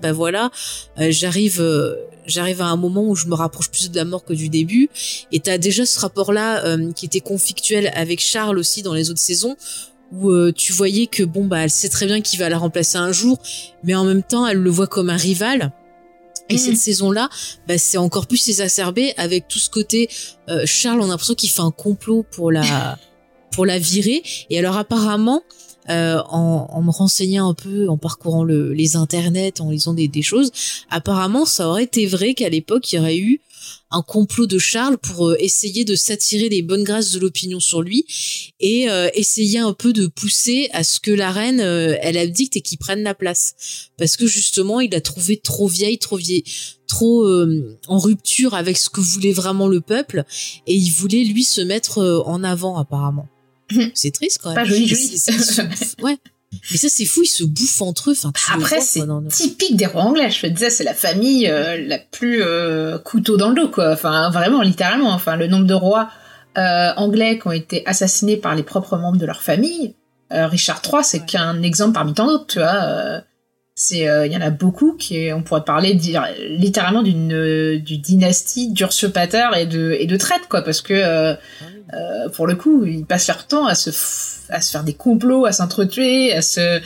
j'arrive à un moment où je me rapproche plus de la mort que du début. Et t'as déjà ce rapport-là qui était conflictuel avec Charles aussi dans les autres saisons, où tu voyais que elle sait très bien qu'il va la remplacer un jour, mais en même temps elle le voit comme un rival. Et cette saison-là, c'est encore plus exacerbé avec tout ce côté Charles, on a l'impression qu'il fait un complot pour la virer. Et alors apparemment, en me renseignant un peu, en parcourant les internets, en lisant des choses, apparemment ça aurait été vrai qu'à l'époque il y aurait eu un complot de Charles pour essayer de s'attirer les bonnes grâces de l'opinion sur lui et essayer un peu de pousser à ce que la reine elle abdicte et qu'il prenne la place, parce que justement il l'a trouvée trop vieille, trop en rupture avec ce que voulait vraiment le peuple, et il voulait lui se mettre en avant apparemment. C'est triste quand même. Pas joli. Ouais. Mais ça, c'est fou, ils se bouffent entre eux. Enfin, après, c'est typique des rois anglais. Je te disais, c'est la famille la plus couteau dans le dos, quoi. Enfin, vraiment, littéralement. Enfin, le nombre de rois anglais qui ont été assassinés par les propres membres de leur famille. Richard III, c'est qu'un exemple parmi tant d'autres, tu vois. Il y en a beaucoup on pourrait parler littéralement d'une dynastie d'usurpateurs et de traîtres, quoi, parce que pour le coup, ils passent leur temps à se faire des complots, à s'entretuer, à se...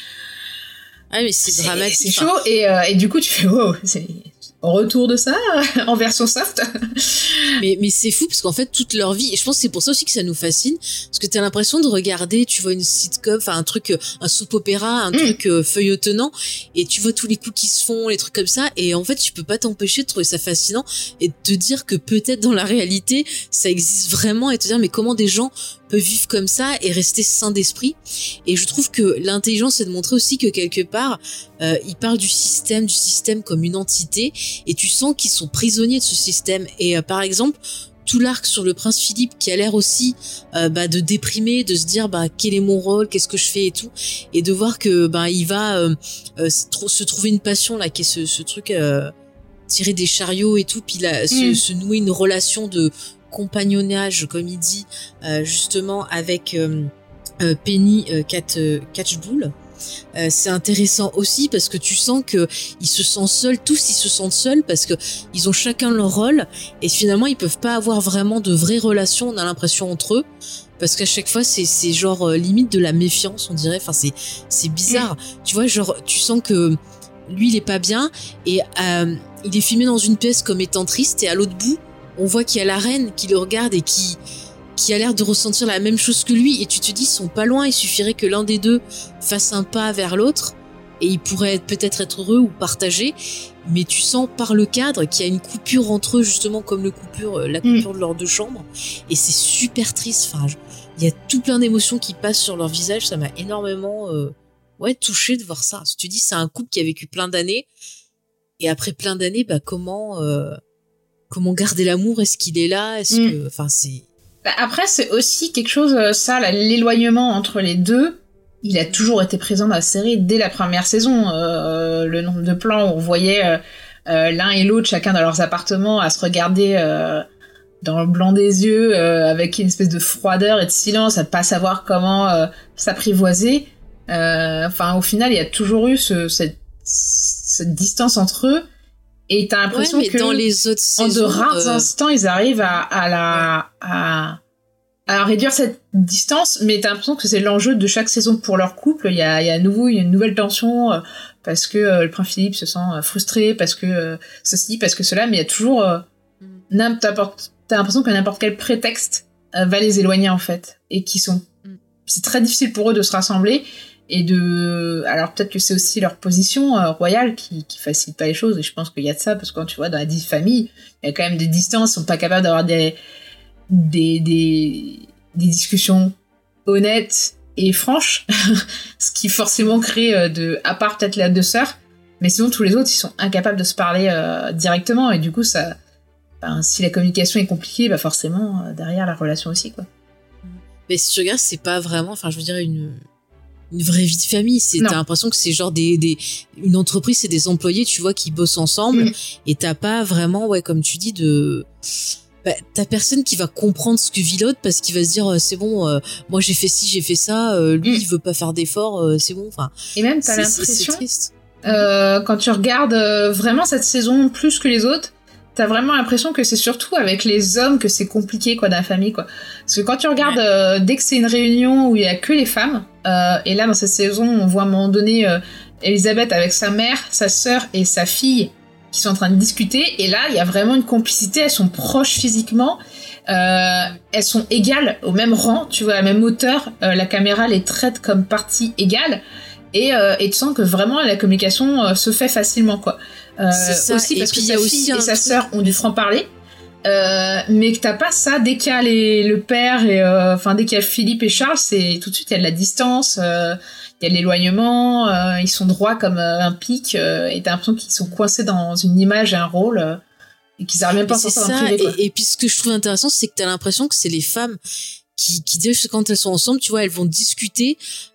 Ah mais c'est dramatique. C'est chaud, et du coup tu fais wow, c'est retour de ça en version soft. mais c'est fou parce qu'en fait toute leur vie, et je pense que c'est pour ça aussi que ça nous fascine, parce que t'as l'impression de regarder, tu vois, une sitcom, enfin un truc, un soap opéra, un truc feuilletonnant, et tu vois tous les coups qui se font, les trucs comme ça, et en fait tu peux pas t'empêcher de trouver ça fascinant et de te dire que peut-être dans la réalité ça existe vraiment, et te dire mais comment des gens peuvent vivre comme ça et rester sains d'esprit. Et je trouve que l'intelligence, c'est de montrer aussi que quelque part ils parlent du système comme une entité, et tu sens qu'ils sont prisonniers de ce système. Et par exemple, tout l'arc sur le prince Philippe qui a l'air aussi de déprimer, de se dire quel est mon rôle, qu'est-ce que je fais et tout, et de voir que il va se trouver une passion là, qui est ce truc tirer des chariots et tout, puis là se nouer une relation de compagnonnage, comme il dit, justement avec Penny Catchbull. C'est intéressant aussi parce que tu sens que ils se sentent seuls parce que ils ont chacun leur rôle, et finalement ils peuvent pas avoir vraiment de vraies relations, on a l'impression, entre eux, parce qu'à chaque fois c'est genre limite de la méfiance, on dirait. Enfin c'est bizarre, tu vois, genre tu sens que lui il est pas bien, et il est filmé dans une pièce comme étant triste, et à l'autre bout on voit qu'il y a la reine qui le regarde et qui a l'air de ressentir la même chose que lui, et tu te dis, ils sont pas loin, il suffirait que l'un des deux fasse un pas vers l'autre et ils pourraient peut-être être heureux ou partager. Mais tu sens par le cadre qu'il y a une coupure entre eux, justement comme la coupure de leurs deux chambres, et c'est super triste. Enfin, il y a tout plein d'émotions qui passent sur leur visage, ça m'a énormément touchée de voir ça. Tu te dis, c'est un couple qui a vécu plein d'années, et après plein d'années, comment garder l'amour? Est-ce qu'il est là? Est-ce que, enfin, c'est... Après, c'est aussi quelque chose, l'éloignement entre les deux, il a toujours été présent dans la série dès la première saison. Le nombre de plans où on voyait l'un et l'autre, chacun dans leurs appartements, à se regarder dans le blanc des yeux, avec une espèce de froideur et de silence, à pas savoir comment s'apprivoiser. Enfin, au final, il y a toujours eu cette distance entre eux. Et t'as l'impression que dans les autres saisons, en de rares instants, ils arrivent à réduire cette distance, mais t'as l'impression que c'est l'enjeu de chaque saison pour leur couple. Il y a à nouveau une nouvelle tension, parce que le prince Philippe se sent frustré, parce que ceci, parce que cela, mais il y a toujours t'as l'impression que n'importe quel prétexte va les éloigner, en fait, et c'est très difficile pour eux de se rassembler. Alors peut-être que c'est aussi leur position royale qui facilite pas les choses, et je pense qu'il y a de ça, parce que quand tu vois dans la famille, il y a quand même des distances, ils sont pas capables d'avoir des discussions honnêtes et franches, ce qui forcément crée à part peut-être les deux sœurs, mais sinon tous les autres ils sont incapables de se parler directement, et du coup ça, si la communication est compliquée, forcément derrière la relation aussi, quoi. Mais si tu regardes, c'est pas vraiment, enfin je veux dire une vraie vie de famille, t'as l'impression que c'est genre une entreprise, c'est des employés, tu vois, qui bossent ensemble, et t'as pas vraiment, comme tu dis, t'as personne qui va comprendre ce que vit l'autre, parce qu'il va se dire c'est bon, moi j'ai fait ci, j'ai fait ça, lui il veut pas faire d'efforts, c'est bon, enfin. Et même t'as l'impression, quand tu regardes vraiment cette saison plus que les autres, t'as vraiment l'impression que c'est surtout avec les hommes que c'est compliqué, quoi, dans la famille, quoi. Parce que quand tu regardes, dès que c'est une réunion où il y a que les femmes, et là dans cette saison on voit à un moment donné Elisabeth avec sa mère, sa sœur et sa fille qui sont en train de discuter, et là il y a vraiment une complicité, elles sont proches physiquement, elles sont égales, au même rang, tu vois, à la même hauteur, la caméra les traite comme partie égale, et tu sens que vraiment la communication se fait facilement, quoi. C'est ça. Aussi parce que puis, sa fille et sa sœur ont du franc-parler, mais que t'as pas ça dès qu'il y a le père et dès qu'il y a Philippe et Charles, c'est tout de suite il y a de la distance, il y a de l'éloignement, ils sont droits comme un pic, et t'as l'impression qu'ils sont coincés dans une image et un rôle, et qu'ils arrivent même pas à s'en sortir en privé, quoi. Et puis ce que je trouve intéressant, c'est que t'as l'impression que c'est les femmes qui disent que quand elles sont ensemble, tu vois, elles vont discuter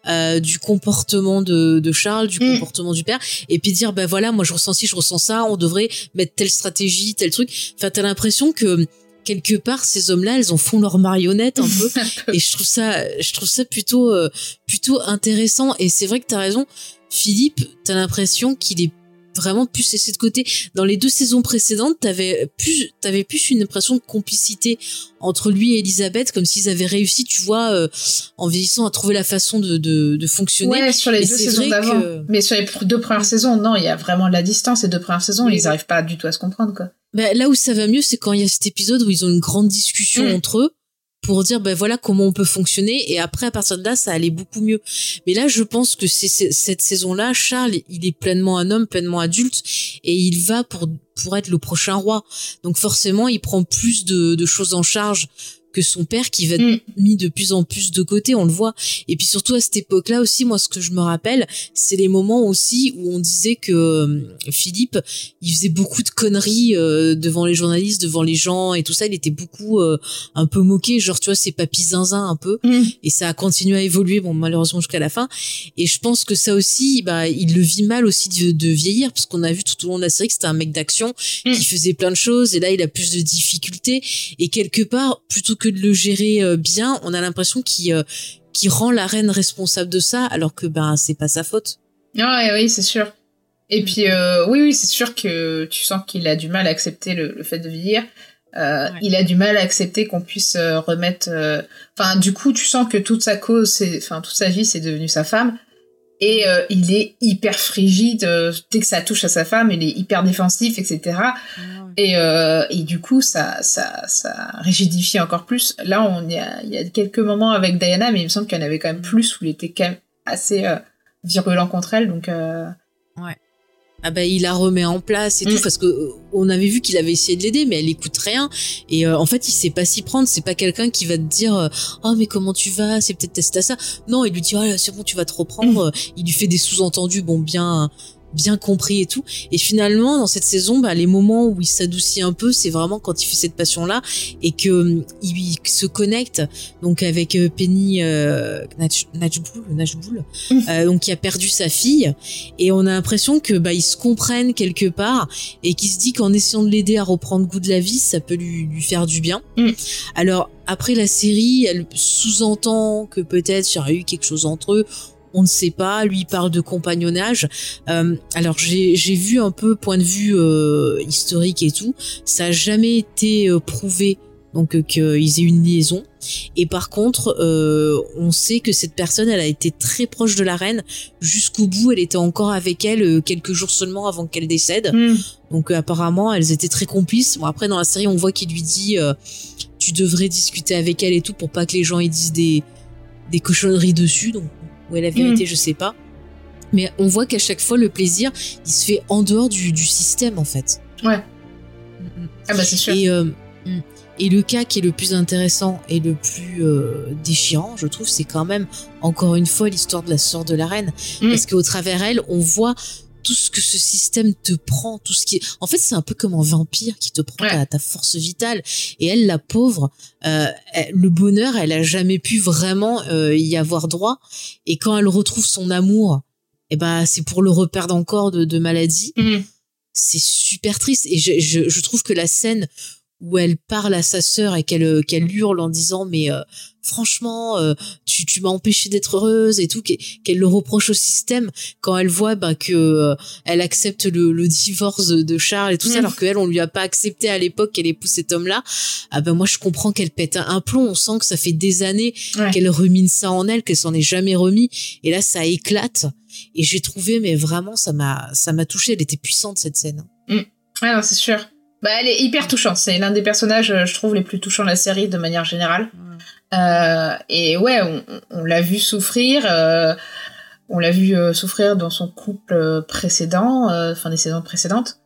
du comportement de Charles, du comportement du père, et puis dire ben voilà, moi je ressens ci, je ressens ça, on devrait mettre telle stratégie, tel truc. Enfin, t'as l'impression que quelque part ces hommes-là, elles en font leur marionnette un peu, et je trouve ça plutôt intéressant. Et c'est vrai que t'as raison, Philippe, t'as l'impression qu'il est vraiment plus laissé de côté. Dans les 2 saisons précédentes, t'avais plus une impression de complicité entre lui et Elisabeth, comme s'ils avaient réussi, tu vois, en vieillissant, à trouver la façon de fonctionner. Ouais, sur les 2 saisons d'avant. Mais sur les 2 premières saisons, non, il y a vraiment de la distance. Les 2 premières saisons, ils arrivent pas du tout à se comprendre, quoi. Ben, là où ça va mieux, c'est quand il y a cet épisode où ils ont une grande discussion entre eux, pour dire ben voilà comment on peut fonctionner, et après à partir de là ça allait beaucoup mieux. Mais là je pense que c'est cette saison-là, Charles il est pleinement un homme, pleinement adulte, et il va pour être le prochain roi, donc forcément il prend plus de choses en charge que son père, qui va être mis de plus en plus de côté, on le voit. Et puis surtout à cette époque-là aussi, moi ce que je me rappelle, c'est les moments aussi où on disait que Philippe, il faisait beaucoup de conneries devant les journalistes, devant les gens et tout ça. Il était beaucoup un peu moqué, genre tu vois, c'est papy zinzin un peu. Et ça a continué à évoluer, bon malheureusement jusqu'à la fin. Et je pense que ça aussi, bah il le vit mal aussi de vieillir, parce qu'on a vu tout au long de la série que c'était un mec d'action qui faisait plein de choses, et là il a plus de difficultés, et quelque part plutôt que de le gérer bien, on a l'impression qu'il rend la reine responsable de ça, alors que ben c'est pas sa faute. Ah oui, c'est sûr. Et puis oui, c'est sûr que tu sens qu'il a du mal à accepter le fait de vieillir. Il a du mal à accepter qu'on puisse remettre. Enfin, du coup, tu sens que toute sa cause, toute sa vie, c'est devenu sa femme. Et il est hyper frigide dès que ça touche à sa femme, il est hyper défensif, etc. Et du coup, ça rigidifie encore plus. Là, il y a quelques moments avec Diana, mais il me semble qu'il y en avait quand même plus, où il était quand même assez virulent contre elle. Donc ouais. Ah bah il la remet en place et tout, parce que on avait vu qu'il avait essayé de l'aider, mais elle écoute rien, et en fait il sait pas s'y prendre. C'est pas quelqu'un qui va te dire oh mais comment tu vas, c'est peut-être tester ça. Non, il lui dit oh là, c'est bon, tu vas te reprendre. Il lui fait des sous-entendus bien compris et tout. Et finalement dans cette saison, bah les moments où il s'adoucit un peu, c'est vraiment quand il fait cette passion là, et que il se connecte donc avec Penny Najboul, donc qui a perdu sa fille, et on a l'impression que bah ils se comprennent quelque part, et qui se dit qu'en essayant de l'aider à reprendre goût de la vie, ça peut lui faire du bien. Alors après, la série elle sous-entend que peut-être il y aurait eu quelque chose entre eux. On ne sait pas. Lui, il parle de compagnonnage. Alors, j'ai vu un peu point de vue historique et tout. Ça a jamais été prouvé, donc qu'ils aient une liaison. Et par contre, on sait que cette personne, elle a été très proche de la reine jusqu'au bout. Elle était encore avec elle quelques jours seulement avant qu'elle décède. Donc apparemment, elles étaient très complices. Bon, après, dans la série, on voit qu'il lui dit tu devrais discuter avec elle et tout, pour pas que les gens ils disent des cochonneries dessus. Donc où est la vérité, je sais pas. Mais on voit qu'à chaque fois, le plaisir, il se fait en dehors du système, en fait. Ouais. Ah bah c'est sûr. Et le cas qui est le plus intéressant et le plus déchirant, je trouve, c'est quand même, encore une fois, l'histoire de la sœur de la reine. Parce qu'au travers elle, on voit tout ce que ce système te prend, tout ce qui est... En fait, c'est un peu comme un vampire qui te prend ta force vitale. Et elle, la pauvre, le bonheur, elle a jamais pu vraiment y avoir droit. Et quand elle retrouve son amour, eh ben, c'est pour le reperdre encore de maladie. C'est super triste. Et je trouve que la scène où elle parle à sa sœur et qu'elle hurle en disant mais franchement tu m'as empêché d'être heureuse et tout, qu'elle le reproche au système, quand elle voit que elle accepte le divorce de Charles et tout ça, alors qu'elle on lui a pas accepté à l'époque qu'elle épouse cet homme-là. Ah ben moi je comprends qu'elle pète un plomb. On sent que ça fait des années qu'elle rumine ça en elle, qu'elle s'en est jamais remis, et là ça éclate. Et j'ai trouvé, mais vraiment ça m'a touchée. Elle était puissante cette scène. Ah non, c'est sûr. Bah, elle est hyper touchante. C'est l'un des personnages, je trouve, les plus touchants de la série de manière générale. Et ouais, on l'a vu souffrir. On l'a vu souffrir dans son couple précédent, enfin des saisons précédentes,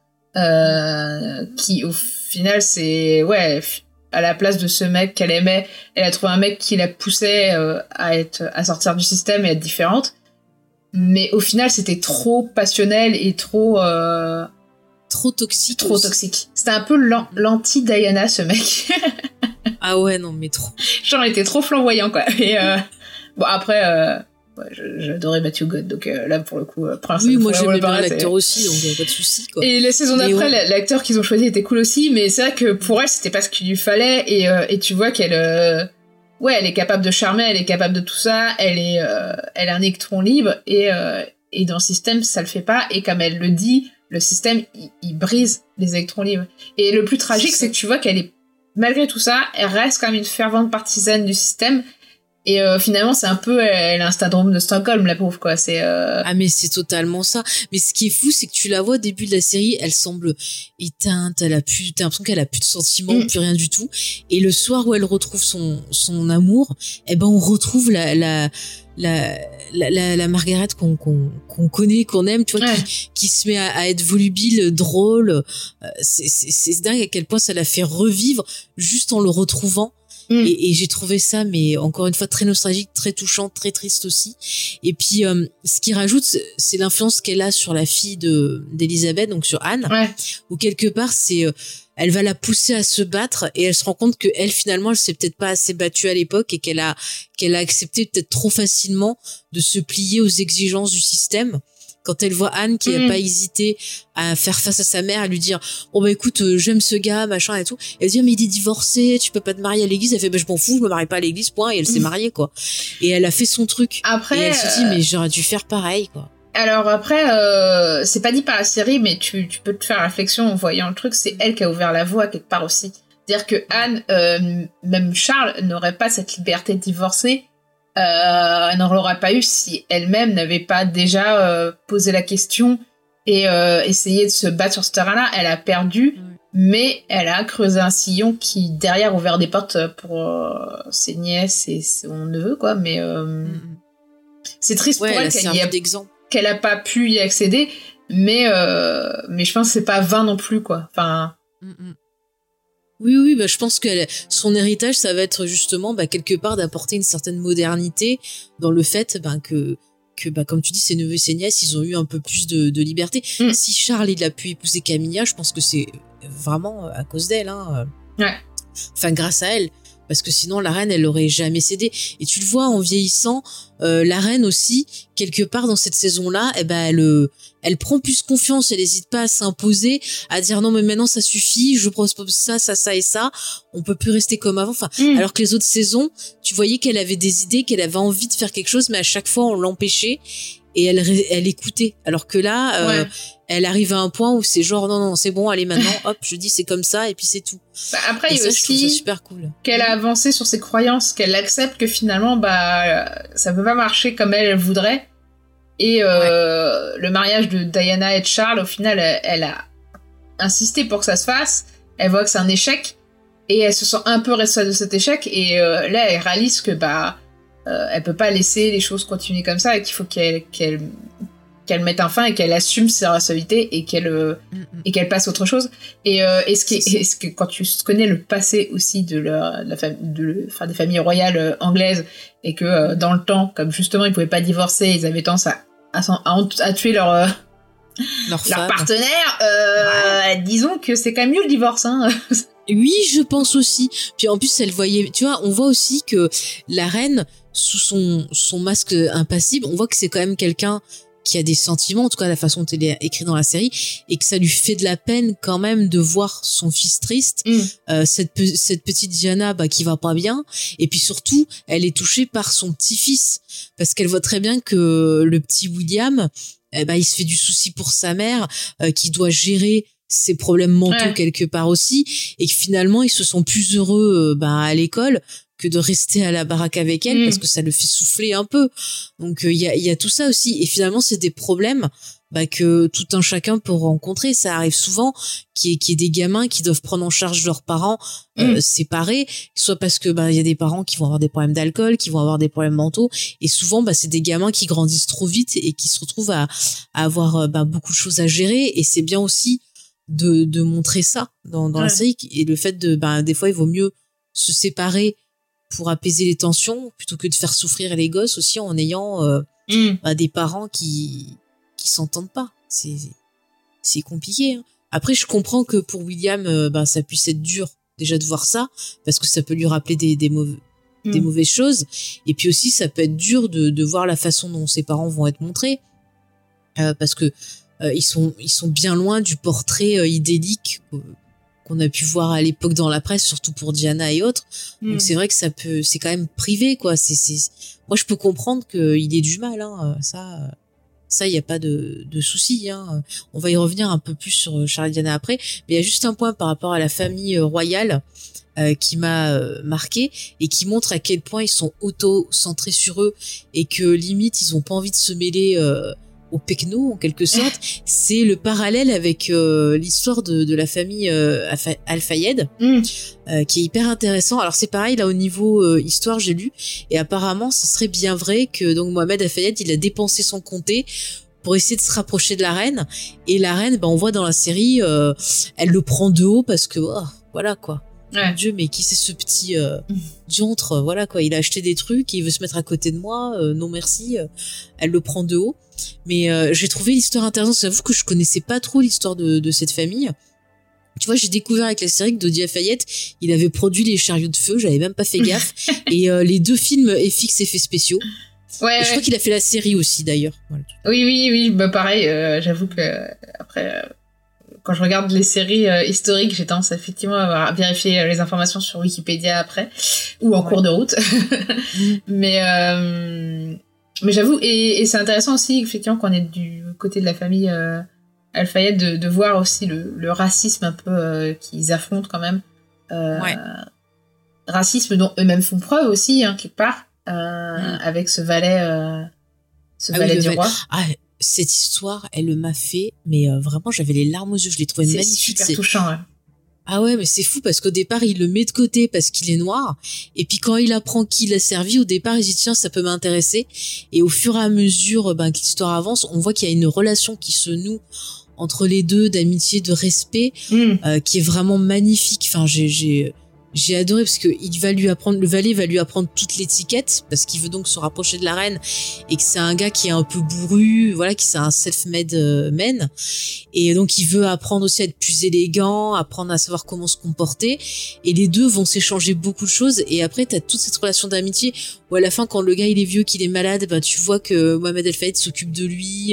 qui au final c'est à la place de ce mec qu'elle aimait, elle a trouvé un mec qui la poussait à sortir du système et à être différente. Mais au final, c'était trop passionnel et trop toxique. Trop toxique. C'était un peu l'anti-Diana, ce mec. Ah ouais, non, mais trop. Genre, il était trop flamboyant, quoi. Et bon, après, j'adorais Matthew God, donc là, pour le coup, oui, moi j'aimais bien l'acteur aussi, donc y a pas de souci, quoi. Et la saison d'après, l'acteur qu'ils ont choisi était cool aussi, mais c'est vrai que pour elle, c'était pas ce qu'il lui fallait, et tu vois qu'elle... elle est capable de charmer, elle est capable de tout ça, elle a un électron libre, et dans le système, ça le fait pas, et comme elle le dit, le système, il brise les électrons libres. Et le plus tragique, c'est que tu vois qu'elle est, malgré tout ça, elle reste quand même une fervente partisane du système, et finalement, c'est un peu, elle a un syndrome de Stockholm, la pauvre, quoi. C'est Ah, mais c'est totalement ça. Mais ce qui est fou, c'est que tu la vois au début de la série, elle semble éteinte, t'as l'impression qu'elle a plus de sentiments, plus rien du tout. Et le soir où elle retrouve son amour, on retrouve la Margaret qu'on connaît, qu'on aime, tu vois, qui se met à être volubile, drôle. C'est dingue à quel point ça la fait revivre juste en le retrouvant. Et j'ai trouvé ça, mais encore une fois, très nostalgique, très touchant, très triste aussi. Et puis, ce qui rajoute, c'est l'influence qu'elle a sur la fille d'Elisabeth, donc sur Anne, où quelque part, elle va la pousser à se battre, et elle se rend compte que elle, finalement, elle s'est peut-être pas assez battue à l'époque, et qu'elle a accepté peut-être trop facilement de se plier aux exigences du système. Quand elle voit Anne qui n'a pas hésité à faire face à sa mère, à lui dire écoute, j'aime ce gars, machin et tout, elle dit mais il est divorcé, tu peux pas te marier à l'église. Elle fait je m'en fous, je me marie pas à l'église, point. Et elle s'est mariée, quoi. Et elle a fait son truc. Après, et elle se dit mais j'aurais dû faire pareil, quoi. Alors après, c'est pas dit par la série, mais tu peux te faire réflexion en voyant le truc, c'est elle qui a ouvert la voie quelque part aussi. C'est-à-dire que Anne, même Charles, n'aurait pas cette liberté de divorcer. Elle n'en aurait pas eu si elle-même n'avait pas déjà posé la question et essayé de se battre sur ce terrain-là. Elle a perdu, mais elle a creusé un sillon qui, derrière, a ouvert des portes pour ses nièces et son neveu, quoi. Mais c'est triste pour elle qu'elle n'a pas pu y accéder, mais je pense que c'est pas vain non plus, quoi. Enfin... Oui, je pense que son héritage, ça va être justement, quelque part, d'apporter une certaine modernité dans le fait, que comme tu dis, ses neveux et ses nièces, ils ont eu un peu plus de liberté. Si Charles, il a pu épouser Camilla, je pense que c'est vraiment à cause d'elle, hein. Enfin, grâce à elle. Parce que sinon, la reine, elle l'aurait jamais cédé. Et tu le vois, en vieillissant, la reine aussi, quelque part dans cette saison-là, elle prend plus confiance, elle n'hésite pas à s'imposer, à dire non, mais maintenant ça suffit, je propose ça et ça, on peut plus rester comme avant. Enfin, alors que les autres saisons, tu voyais qu'elle avait des idées, qu'elle avait envie de faire quelque chose, mais à chaque fois on l'empêchait et elle écoutait. Alors que là, elle arrive à un point où c'est genre non, c'est bon, allez maintenant, hop, je dis c'est comme ça et puis c'est tout. Après, il y a aussi super cool. Qu'elle a avancé sur ses croyances, qu'elle accepte que finalement, ça peut pas marcher comme elle voudrait. Et le mariage de Diana et de Charles, au final, elle a insisté pour que ça se fasse. Elle voit que c'est un échec et elle se sent un peu responsable de cet échec. Et là, elle réalise que elle peut pas laisser les choses continuer comme ça et qu'il faut qu'elle mette un fin et qu'elle assume ses responsabilités et qu'elle passe à autre chose. Et ce que quand tu connais le passé aussi des familles royales anglaises et que dans le temps, comme justement ils pouvaient pas divorcer, ils avaient tendance à tuer leur partenaire, disons que c'est quand même mieux le divorce, hein. Oui, je pense aussi. Puis en plus, elle voyait, tu vois, on voit aussi que la reine, sous son masque impassible, on voit que c'est quand même quelqu'un qui a des sentiments, en tout cas la façon dont elle est écrite dans la série, et que ça lui fait de la peine quand même de voir son fils triste, cette petite Diana qui va pas bien, et puis surtout elle est touchée par son petit-fils, parce qu'elle voit très bien que le petit William, il se fait du souci pour sa mère, qui doit gérer ses problèmes mentaux quelque part aussi, et que finalement ils se sont plus heureux à l'école que de rester à la baraque avec elle parce que ça le fait souffler un peu. Donc il y a tout ça aussi, et finalement c'est des problèmes que tout un chacun peut rencontrer. Ça arrive souvent qu'il y ait des gamins qui doivent prendre en charge leurs parents séparés, soit parce que il y a des parents qui vont avoir des problèmes d'alcool, qui vont avoir des problèmes mentaux, et souvent c'est des gamins qui grandissent trop vite et qui se retrouvent à avoir beaucoup de choses à gérer. Et c'est bien aussi de montrer ça dans la série, et le fait de des fois il vaut mieux se séparer pour apaiser les tensions plutôt que de faire souffrir les gosses aussi en ayant des parents qui s'entendent pas. C'est compliqué, hein. Après je comprends que pour William ça puisse être dur déjà de voir ça, parce que ça peut lui rappeler des mauvaises choses, et puis aussi ça peut être dur de voir la façon dont ses parents vont être montrés, parce que ils sont bien loin du portrait idyllique qu'on a pu voir à l'époque dans la presse, surtout pour Diana et autres. Donc c'est vrai que c'est quand même privé, quoi. Moi je peux comprendre qu'il ait du mal, hein. Ça il y a pas de souci, hein. On va y revenir un peu plus sur Charlie et Diana après, mais il y a juste un point par rapport à la famille royale qui m'a marqué, et qui montre à quel point ils sont auto-centrés sur eux, et que limite ils ont pas envie de se mêler au pecno en quelque sorte. C'est le parallèle avec l'histoire de la famille Al-Fayed, qui est hyper intéressant. Alors c'est pareil, là au niveau histoire j'ai lu, et apparemment ça serait bien vrai que donc Mohamed Al-Fayed il a dépensé son comté pour essayer de se rapprocher de la reine, et la reine on voit dans la série elle le prend de haut parce que voilà quoi. Mon Dieu, mais qui c'est ce petit diantre, voilà quoi, il a acheté des trucs et il veut se mettre à côté de moi, non merci. Elle le prend de haut, mais j'ai trouvé l'histoire intéressante. J'avoue que je connaissais pas trop l'histoire de cette famille. Tu vois, j'ai découvert avec la série que Dodi Al-Fayed, il avait produit les Chariots de feu, j'avais même pas fait gaffe, et les 2 films FX effets spéciaux. Et je crois qu'il a fait la série aussi d'ailleurs. Voilà. Oui, pareil, j'avoue que après quand je regarde les séries historiques, j'ai tendance effectivement à vérifier les informations sur Wikipédia après, ou en cours de route. Mais j'avoue, et c'est intéressant aussi effectivement qu'on est du côté de la famille Al-Fayed de voir aussi le racisme un peu qu'ils affrontent quand même. Racisme dont eux-mêmes font preuve aussi, hein, quelque part, avec ce valet du roi. Cette histoire, elle m'a fait, mais vraiment, j'avais les larmes aux yeux. Je l'ai trouvé magnifique. C'est super touchant, ouais. Ah ouais, mais c'est fou parce qu'au départ, il le met de côté parce qu'il est noir. Et puis quand il apprend qui l'a servi, au départ, il dit tiens, ça peut m'intéresser. Et au fur et à mesure que l'histoire avance, on voit qu'il y a une relation qui se noue entre les deux, d'amitié, de respect, qui est vraiment magnifique. Enfin, j'ai adoré parce que le valet va lui apprendre toute l'étiquette parce qu'il veut donc se rapprocher de la reine, et que c'est un gars qui est un peu bourru, voilà, qui c'est un self-made man, et donc il veut apprendre aussi à être plus élégant, apprendre à savoir comment se comporter, et les deux vont s'échanger beaucoup de choses. Et après t'as toute cette relation d'amitié où à la fin, quand le gars il est vieux, qu'il est malade, tu vois que Mohamed El-Fayed s'occupe de lui,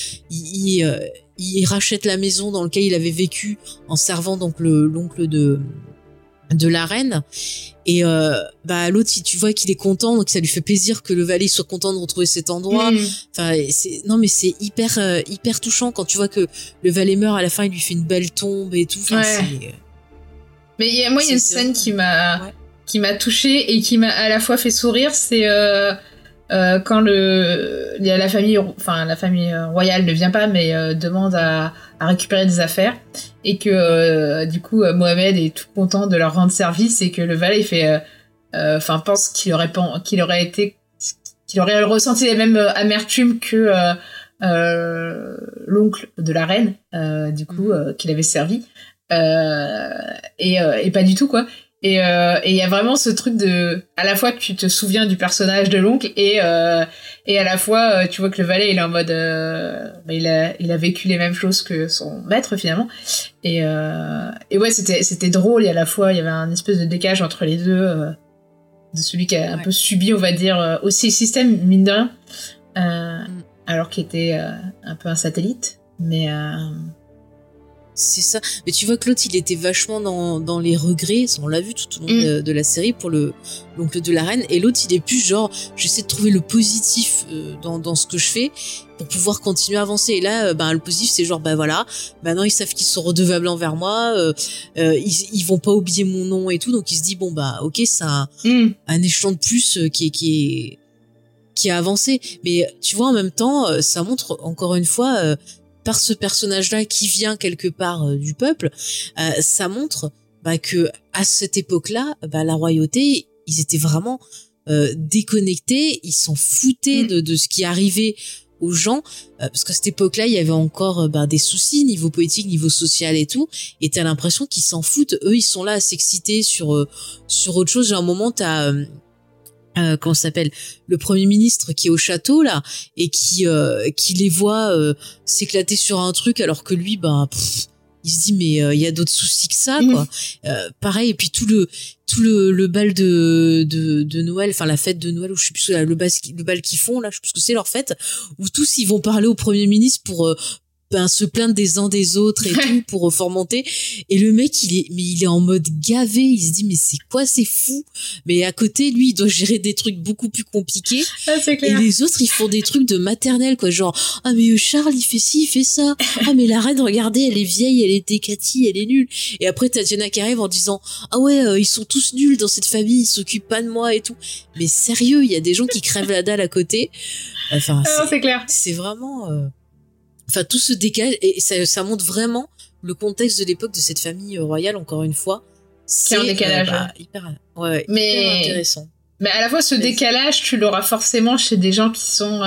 il rachète la maison dans laquelle il avait vécu en servant donc l'oncle de la reine, et l'autre, si tu vois qu'il est content, donc ça lui fait plaisir que le valet soit content de retrouver cet endroit. Enfin, c'est hyper touchant quand tu vois que le valet meurt à la fin, il lui fait une belle tombe et tout. Enfin, mais il y a une scène qui m'a touchée et qui m'a à la fois fait sourire, c'est quand la famille royale ne vient pas, mais demande à récupérer des affaires, et que du coup Mohamed est tout content de leur rendre service, et que le valet fait pense qu'il aurait ressenti les mêmes amertumes que l'oncle de la reine qu'il avait servi, et pas du tout quoi. Et il y a vraiment ce truc à la fois que tu te souviens du personnage de l'oncle, et à la fois tu vois que le valet il est en mode il a vécu les mêmes choses que son maître finalement, et ouais, c'était drôle, et à la fois il y avait un espèce de décalage entre les deux, de celui qui a un peu subi, on va dire, aussi le système mine de rien, alors qu'il était un peu un satellite, mais C'est ça. Mais tu vois que l'autre, il était vachement dans les regrets. On l'a vu tout au long de la série pour l'oncle de la reine. Et l'autre, il est plus genre, j'essaie de trouver le positif dans ce que je fais pour pouvoir continuer à avancer. Et là, le positif, c'est genre, voilà, maintenant ils savent qu'ils sont redevables envers moi. Ils vont pas oublier mon nom et tout. Donc il se dit, ok, c'est un échelon de plus qui a avancé. Mais tu vois, en même temps, ça montre encore une fois... par ce personnage-là qui vient quelque part du peuple, ça montre que à cette époque-là, la royauté, ils étaient vraiment déconnectés, ils s'en foutaient de ce qui arrivait aux gens, parce qu'à cette époque-là, il y avait encore des soucis niveau politique, niveau social et tout, et t'as l'impression qu'ils s'en foutent. Eux, ils sont là à s'exciter sur autre chose. J'ai un moment, t'as comment ça s'appelle, le premier ministre qui est au château là et qui les voit s'éclater sur un truc alors que lui il se dit mais il y a d'autres soucis que ça quoi. Pareil, et puis tout le bal de Noël, enfin la fête de Noël, ou je sais plus le bal qu'ils font là, je sais plus ce que c'est leur fête, où tous ils vont parler au premier ministre pour se plaindre des uns des autres et tout pour fomenter, et le mec il est en mode gavé, il se dit mais c'est quoi, c'est fou, mais à côté lui il doit gérer des trucs beaucoup plus compliqués. C'est clair. Et les autres ils font des trucs de maternelle quoi, genre mais Charles il fait ci, il fait ça, mais la reine regardez elle est vieille, elle est décatie, elle est nulle, et après t'as Diana qui arrive en disant ils sont tous nuls dans cette famille, ils s'occupent pas de moi et tout. Mais sérieux, il y a des gens qui crèvent la dalle à côté, enfin c'est clair, c'est vraiment tout se décale, et ça montre vraiment le contexte de l'époque de cette famille royale, encore une fois. C'est un décalage. Hyper intéressant. Mais à la fois, ce décalage, tu l'auras forcément chez des gens qui sont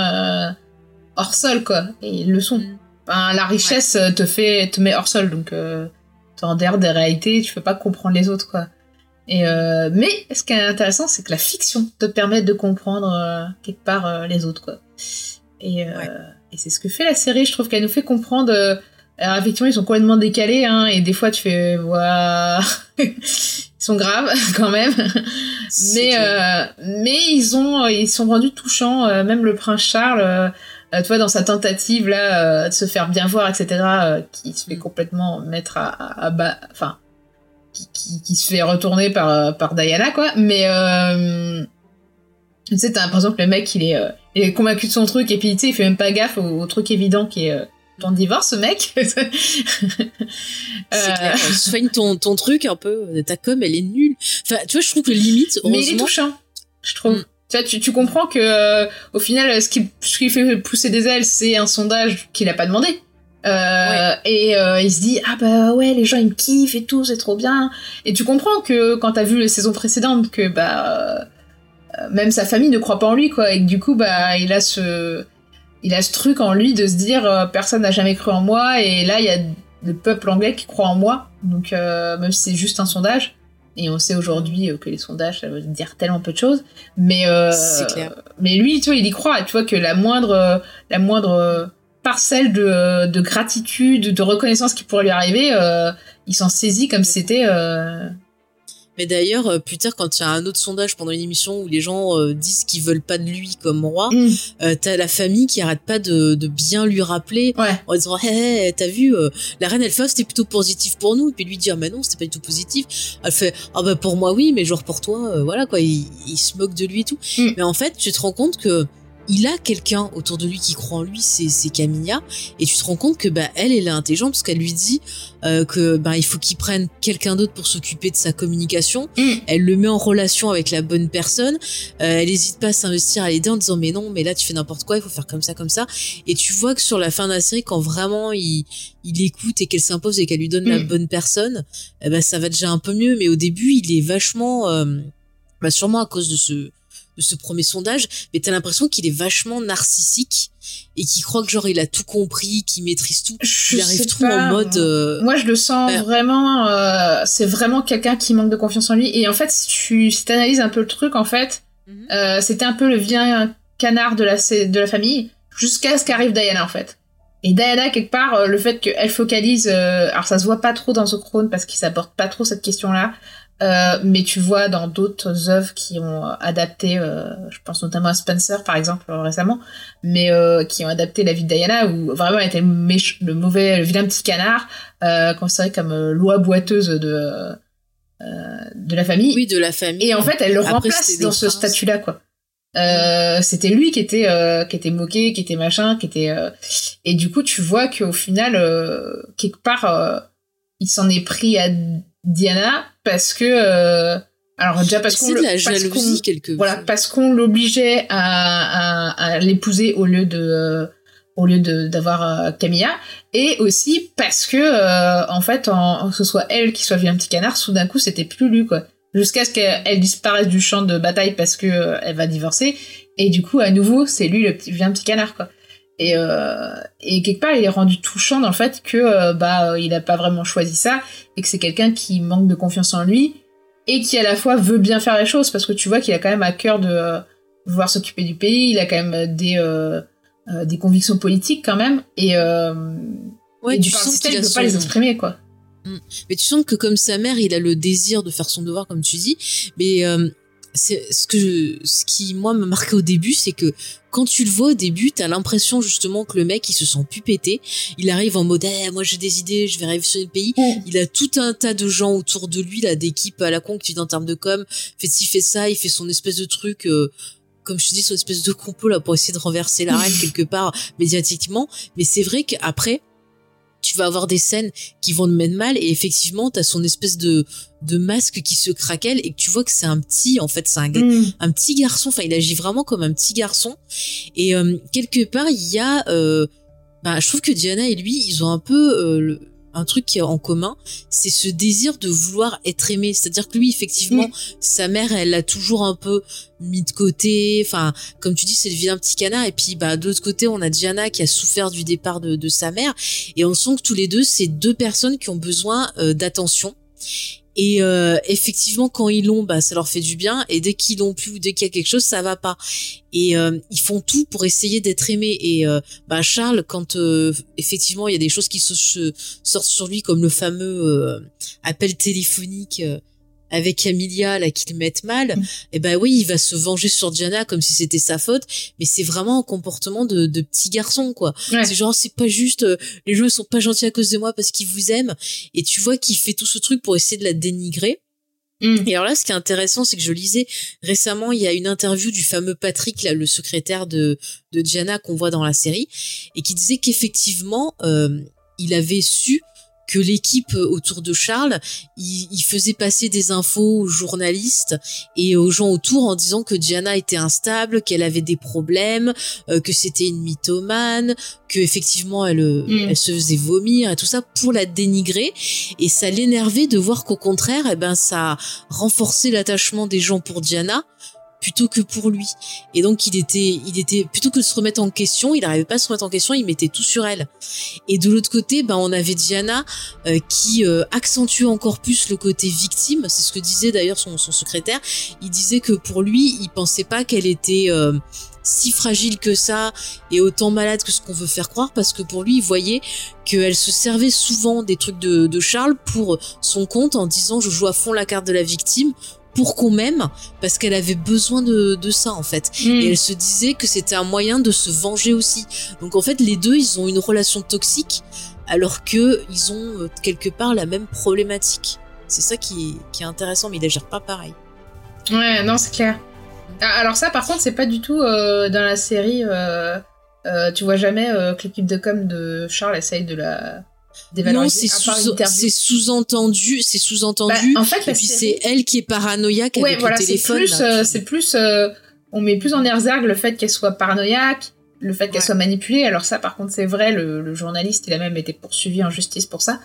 hors sol, quoi. Et ils le sont. La richesse te met hors sol, donc t'es en dehors des réalités, tu peux pas comprendre les autres, quoi. Et mais ce qui est intéressant, c'est que la fiction te permet de comprendre quelque part les autres, quoi. Et c'est ce que fait la série, je trouve qu'elle nous fait comprendre. Alors effectivement, ils sont complètement décalés, et des fois tu fais waouh, ils sont graves quand même. Mais ils sont rendus touchants. Même le prince Charles, tu vois, dans sa tentative là de se faire bien voir, etc., qui se fait complètement mettre à bas, enfin, qui se fait retourner par Diana, quoi. Mais tu sais, t'as l'impression que le mec il est convaincu de son truc, et puis tu sais, il fait même pas gaffe au truc évident qui est ton divorce, ce mec. C'est clair, soigne ton truc un peu, ta com elle est nulle. Enfin, tu vois, je trouve que limite, heureusement... Mais il est touchant, je trouve. Tu vois, tu comprends que au final, ce qui fait pousser des ailes, c'est un sondage qu'il a pas demandé. Et il se dit les gens ils me kiffent et tout, c'est trop bien. Et tu comprends que quand t'as vu les saisons précédentes que même sa famille ne croit pas en lui, quoi, et que du coup il a ce truc en lui de se dire personne n'a jamais cru en moi, et là il y a le peuple anglais qui croit en moi, donc même si c'est juste un sondage, et on sait aujourd'hui que les sondages ça veut dire tellement peu de choses, mais c'est clair. Mais lui, tu vois, il y croit, et tu vois que la moindre parcelle de gratitude, de reconnaissance qui pourrait lui arriver, il s'en saisit comme si c'était Mais d'ailleurs, plus tard, quand il y a un autre sondage pendant une émission où les gens disent qu'ils veulent pas de lui comme roi, t'as la famille qui arrête pas de bien lui rappeler, en disant hey, t'as vu, la reine elle fait c'était plutôt positif pour nous, et puis lui dit mais non, c'était pas du tout positif. Elle fait pour moi oui, mais genre pour toi voilà quoi, il se moque de lui et tout. Mais en fait, tu te rends compte que il a quelqu'un autour de lui qui croit en lui, c'est Camilla, et tu te rends compte que elle est intelligente, parce qu'elle lui dit que il faut qu'il prenne quelqu'un d'autre pour s'occuper de sa communication. Elle le met en relation avec la bonne personne, elle hésite pas à s'investir à l'aider en disant mais non, mais là tu fais n'importe quoi, il faut faire comme ça, et tu vois que sur la fin de la série, quand vraiment il écoute et qu'elle s'impose et qu'elle lui donne la bonne personne, ça va déjà un peu mieux. Mais au début il est vachement sûrement à cause de ce premier sondage, mais t'as l'impression qu'il est vachement narcissique et qu'il croit que genre il a tout compris, qu'il maîtrise tout. Il arrive trop en mode... Moi je le sens vraiment, c'est vraiment quelqu'un qui manque de confiance en lui, et en fait si t'analyses un peu le truc, en fait, c'était un peu le vilain canard de la famille, jusqu'à ce qu'arrive Diana, en fait. Et Diana, quelque part, le fait qu'elle focalise, alors ça se voit pas trop dans The Crown parce qu'il s'aborde pas trop cette question-là, mais tu vois dans d'autres œuvres qui ont adapté, je pense notamment à Spencer par exemple récemment, mais qui ont adapté la vie de Diana, où vraiment elle était le vilain petit canard, considéré comme loi boiteuse de la famille. Oui, de la famille. Et en fait, elle le remplace dans ce statut-là, quoi. C'était lui qui était moqué, qui était machin, qui était et du coup tu vois qu'au final quelque part il s'en est pris à Diana parce que alors déjà parce c'est de la jalousie quelque voilà, parce qu'on l'obligeait à l'épouser au lieu d'avoir Camilla, et aussi parce que en fait que ce soit elle qui soit vilain petit canard, soudain coup c'était plus lui, quoi, jusqu'à ce qu'elle disparaisse du champ de bataille parce que elle va divorcer, et du coup à nouveau c'est lui le vilain petit canard, quoi. Et quelque part il est rendu touchant dans le fait que il a pas vraiment choisi ça, et que c'est quelqu'un qui manque de confiance en lui et qui à la fois veut bien faire les choses, parce que tu vois qu'il a quand même à cœur de vouloir s'occuper du pays, il a quand même des convictions politiques quand même, et tu sens qu'il ne peut pas les exprimer, quoi. Mais tu sens que comme sa mère, il a le désir de faire son devoir, comme tu dis, mais c'est ce qui moi m'a marqué au début, c'est que quand tu le vois au début, t'as l'impression justement que le mec il se sent plus pété, il arrive en mode moi j'ai des idées, je vais révolutionner le pays, il a tout un tas de gens autour de lui là, d'équipes à la con, que tu dis en termes de com, fait ci fait ça, il fait son espèce de truc comme je te dis, son espèce de complot là pour essayer de renverser la reine quelque part médiatiquement. Mais c'est vrai qu'après tu vas avoir des scènes qui vont te mettre mal, et effectivement t'as son espèce de masque qui se craquelle, et que tu vois que c'est un petit, en fait c'est un petit garçon, enfin il agit vraiment comme un petit garçon, et quelque part il y a je trouve que Diana et lui ils ont un peu un truc qui est en commun, c'est ce désir de vouloir être aimé. C'est-à-dire que lui, effectivement, sa mère, elle l'a toujours un peu mis de côté. Enfin, comme tu dis, c'est le vilain petit canard. Et puis, de l'autre côté, on a Diana qui a souffert du départ de sa mère. Et on sent que tous les deux, c'est deux personnes qui ont besoin d'attention. Et effectivement, quand ils l'ont, ça leur fait du bien. Et dès qu'ils l'ont plus, ou dès qu'il y a quelque chose, ça va pas. Et ils font tout pour essayer d'être aimés. Et Charles, quand effectivement il y a des choses qui se sortent sur lui, comme le fameux appel téléphonique avec Amelia là qui le mettent mal, et oui, il va se venger sur Diana comme si c'était sa faute, mais c'est vraiment un comportement de petit garçon, quoi. C'est genre, c'est pas juste les gens ils sont pas gentils à cause de moi parce qu'ils vous aiment, et tu vois qu'il fait tout ce truc pour essayer de la dénigrer. Et alors là, ce qui est intéressant, c'est que je lisais récemment, il y a une interview du fameux Patrick, là, le secrétaire de Diana qu'on voit dans la série, et qui disait qu'effectivement, il avait su que l'équipe autour de Charles, il faisait passer des infos aux journalistes et aux gens autour en disant que Diana était instable, qu'elle avait des problèmes, que c'était une mythomane, que effectivement elle se faisait vomir et tout ça pour la dénigrer, et ça l'énervait de voir qu'au contraire, ça renforçait l'attachement des gens pour Diana plutôt que pour lui. Et donc il était plutôt que de se remettre en question, il n'arrivait pas à se remettre en question, il mettait tout sur elle. Et de l'autre côté, on avait Diana qui accentue encore plus le côté victime. C'est ce que disait d'ailleurs son secrétaire. Il disait que pour lui, il pensait pas qu'elle était si fragile que ça et autant malade que ce qu'on veut faire croire, parce que pour lui, il voyait qu'elle se servait souvent des trucs de Charles pour son compte, en disant je joue à fond la carte de la victime pour qu'on m'aime, parce qu'elle avait besoin de ça, en fait. Et elle se disait que c'était un moyen de se venger aussi. Donc en fait, les deux, ils ont une relation toxique, alors que ils ont quelque part la même problématique. C'est ça qui est intéressant, mais ils la gèrent pas pareil. Ouais, non, c'est clair. Alors ça, par contre, c'est pas du tout dans la série. Tu vois jamais que l'équipe de com de Charles essaye de la dévaloriser. Non, c'est sous-entendu. En fait, et puis c'est elle qui est paranoïaque avec le téléphone. C'est plus, on met plus en exergue le fait qu'elle soit paranoïaque, le fait qu'elle soit manipulée. Alors ça, par contre, c'est vrai, le journaliste, il a même été poursuivi en justice pour ça.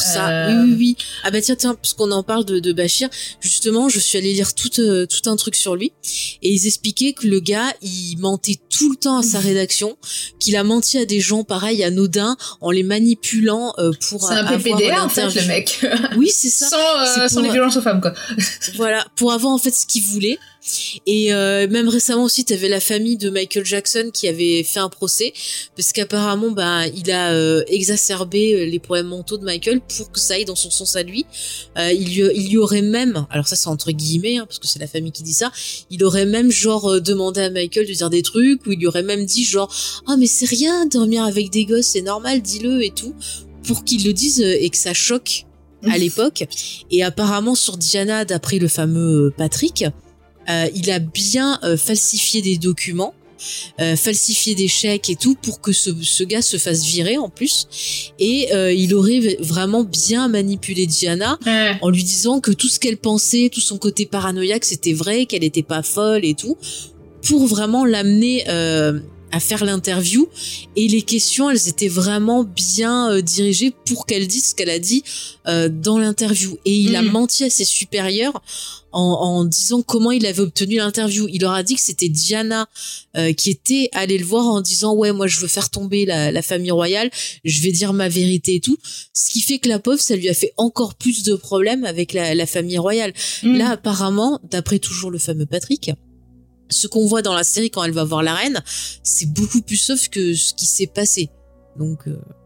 Oui. Ah tiens, parce qu'on en parle de Bachir, justement, je suis allée lire tout un truc sur lui, et ils expliquaient que le gars, il mentait tout le temps à sa rédaction, qu'il a menti à des gens pareils, anodins, en les manipulant pour c'est un peu PDA, en fait, le mec. Oui, c'est ça. Sans les violences aux femmes, quoi. Voilà, pour avoir en fait ce qu'il voulait. Et même récemment aussi, t'avais la famille de Michael Jackson qui avait fait un procès parce qu'apparemment, il a exacerbé les problèmes mentaux de Michael pour que ça aille dans son sens à lui. Il y aurait même, alors ça c'est entre guillemets, hein, parce que c'est la famille qui dit ça, il aurait même genre demandé à Michael de dire des trucs, ou il lui aurait même dit genre mais c'est rien, dormir avec des gosses c'est normal, dis-le et tout, pour qu'il le dise et que ça choque à l'époque. Et apparemment sur Diana, d'après le fameux Patrick, il a bien falsifié des documents, falsifié des chèques et tout pour que ce gars se fasse virer en plus. Et il aurait vraiment bien manipulé Diana en lui disant que tout ce qu'elle pensait, tout son côté paranoïaque, c'était vrai, qu'elle était pas folle et tout, pour vraiment l'amener à faire l'interview. Et les questions, elles étaient vraiment bien dirigées pour qu'elle dise ce qu'elle a dit dans l'interview. Et il a menti à ses supérieurs en disant comment il avait obtenu l'interview. Il leur a dit que c'était Diana qui était allée le voir en disant ouais, moi je veux faire tomber la famille royale, je vais dire ma vérité et tout. Ce qui fait que la pauvre, ça lui a fait encore plus de problèmes avec la famille royale. Là apparemment, d'après toujours le fameux Patrick, ce qu'on voit dans la série quand elle va voir la reine, c'est beaucoup plus soft que ce qui s'est passé. Donc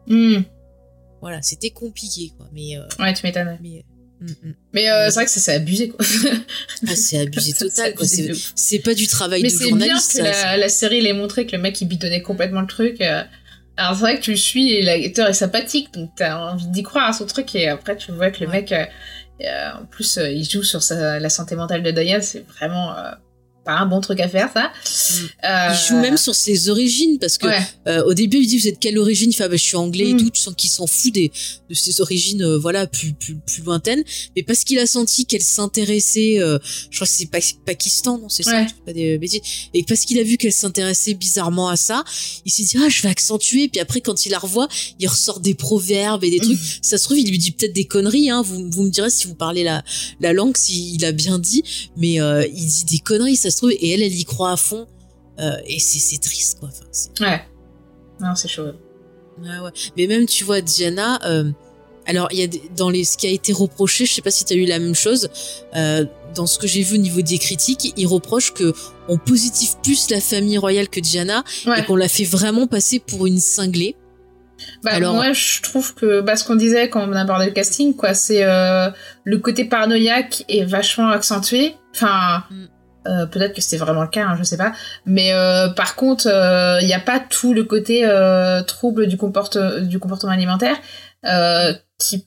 voilà, c'était compliqué quoi. Mais ouais, tu m'étonnes. Mais c'est vrai que ça s'est abusé quoi. C'est abusé total quoi. C'est pas du travail de journaliste. Mais c'est bien que la série l'ait montré, que le mec il bidonnait complètement le truc. Alors c'est vrai que tu le suis et l'acteur est sympathique, donc t'as envie d'y croire à son truc, et après tu vois que le mec en plus il joue sur la santé mentale de Diane. C'est vraiment pas un bon truc à faire, ça. Il joue même sur ses origines, parce que au début il dit vous êtes quelle origine, il fait je suis anglais et tout, tu sens qu'il s'en fout de ses origines plus lointaines, mais parce qu'il a senti qu'elle s'intéressait je crois que c'est Pakistan, non c'est ça, pas des bêtises, et parce qu'il a vu qu'elle s'intéressait bizarrement à ça, il s'est dit je vais accentuer, puis après quand il la revoit, il ressort des proverbes et des trucs, ça se trouve il lui dit peut-être des conneries, hein, vous me direz si vous parlez la langue, s'il a bien dit, mais il dit des conneries, ça se trouve, et elle y croit à fond, et c'est triste quoi. Enfin, non, c'est chaud. Ouais. Mais même tu vois Diana, alors il y a dans ce qui a été reproché, je sais pas si t'as eu la même chose, dans ce que j'ai vu au niveau des critiques, ils reprochent que on positive plus la famille royale que Diana, et qu'on la fait vraiment passer pour une cinglée. Alors, moi je trouve que ce qu'on disait quand on abordait le casting quoi, c'est le côté paranoïaque est vachement accentué, enfin peut-être que c'était vraiment le cas, hein, je sais pas. Mais par contre, il n'y a pas tout le côté trouble du comportement alimentaire qui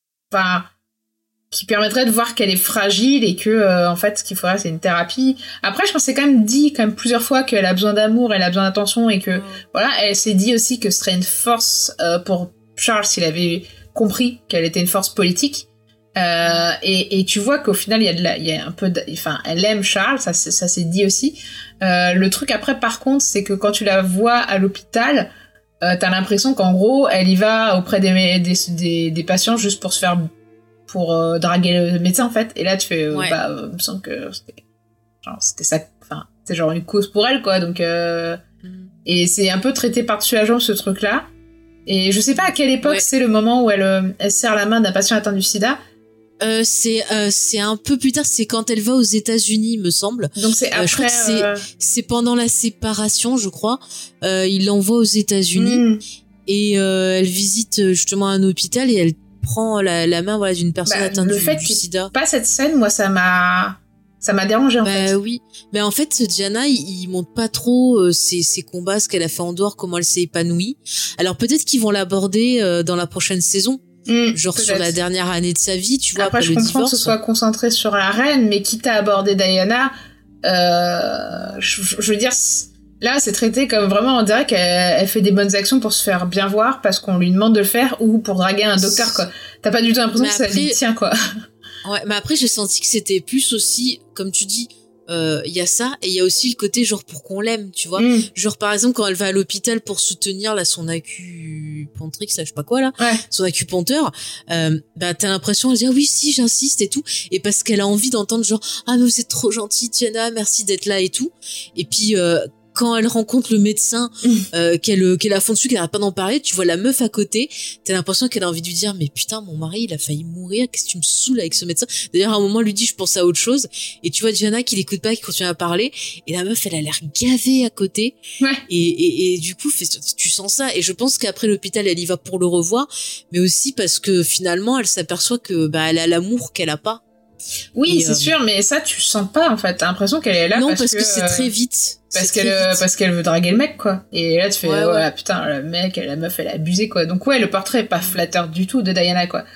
permettrait de voir qu'elle est fragile et que en fait, ce qu'il faudrait, c'est une thérapie. Après, je pense que c'est quand même plusieurs fois qu'elle a besoin d'amour, elle a besoin d'attention, et que voilà, elle s'est dit aussi que ce serait une force pour Charles s'il avait compris qu'elle était une force politique. Et tu vois qu'au final il y a un peu elle aime Charles, ça s'est dit aussi. Le truc après par contre, c'est que quand tu la vois à l'hôpital, t'as l'impression qu'en gros elle y va auprès des patients juste pour draguer le médecin en fait. Et là tu fais il me semble que c'était ça, enfin c'est genre une cause pour elle quoi, donc et c'est un peu traité par-dessus la jambe ce truc là. Et je sais pas à quelle époque c'est le moment où elle serre la main d'un patient atteint du sida. C'est un peu plus tard, c'est quand elle va aux États-Unis, me semble. Donc c'est après. Je crois que c'est pendant la séparation, je crois. Il l'envoie aux États-Unis et elle visite justement un hôpital et elle prend la main d'une personne atteinte du sida. Pas cette scène, moi ça m'a dérangé en fait. Oui, mais en fait Diana, il montre pas trop ses combats, ce qu'elle a fait en dehors, comment elle s'est épanouie. Alors peut-être qu'ils vont l'aborder dans la prochaine saison. Genre peut-être. Sur la dernière année de sa vie, tu vois, après je comprends que ce soit concentré sur la reine, mais quitte à aborder Diana, je veux dire, là c'est traité comme vraiment, on dirait qu'elle fait des bonnes actions pour se faire bien voir parce qu'on lui demande de le faire, ou pour draguer un docteur quoi. T'as pas du tout l'impression que ça lui tient quoi. Ouais, mais après j'ai senti que c'était plus aussi, comme tu dis, il y a ça, et il y a aussi le côté genre pour qu'on l'aime, tu vois. Genre par exemple quand elle va à l'hôpital pour soutenir son acupunctrice, je sais pas quoi là, son acupuncteur, t'as l'impression elle dit oui si j'insiste et tout, et parce qu'elle a envie d'entendre genre mais vous êtes trop gentille Diana, merci d'être là et tout. Et puis quand elle rencontre le médecin, qu'elle a fond dessus, qu'elle arrête pas d'en parler, tu vois la meuf à côté, t'as l'impression qu'elle a envie de lui dire, mais putain, mon mari, il a failli mourir, qu'est-ce que tu me saoules avec ce médecin? D'ailleurs, à un moment, elle lui dit, je pense à autre chose, et tu vois Diana qui l'écoute pas, qui continue à parler, et la meuf, elle a l'air gavée à côté, et du coup, tu sens ça, et je pense qu'après l'hôpital, elle y va pour le revoir, mais aussi parce que finalement, elle s'aperçoit que, elle a l'amour qu'elle a pas. Oui, c'est sûr, mais ça, tu sens pas, en fait. T'as l'impression qu'elle est là non, parce que c'est très vite. Parce qu'elle veut draguer le mec, quoi. Et là, tu fais, putain, le mec, la meuf, elle a abusé, quoi. Donc, le portrait est pas flatteur du tout de Diana, quoi.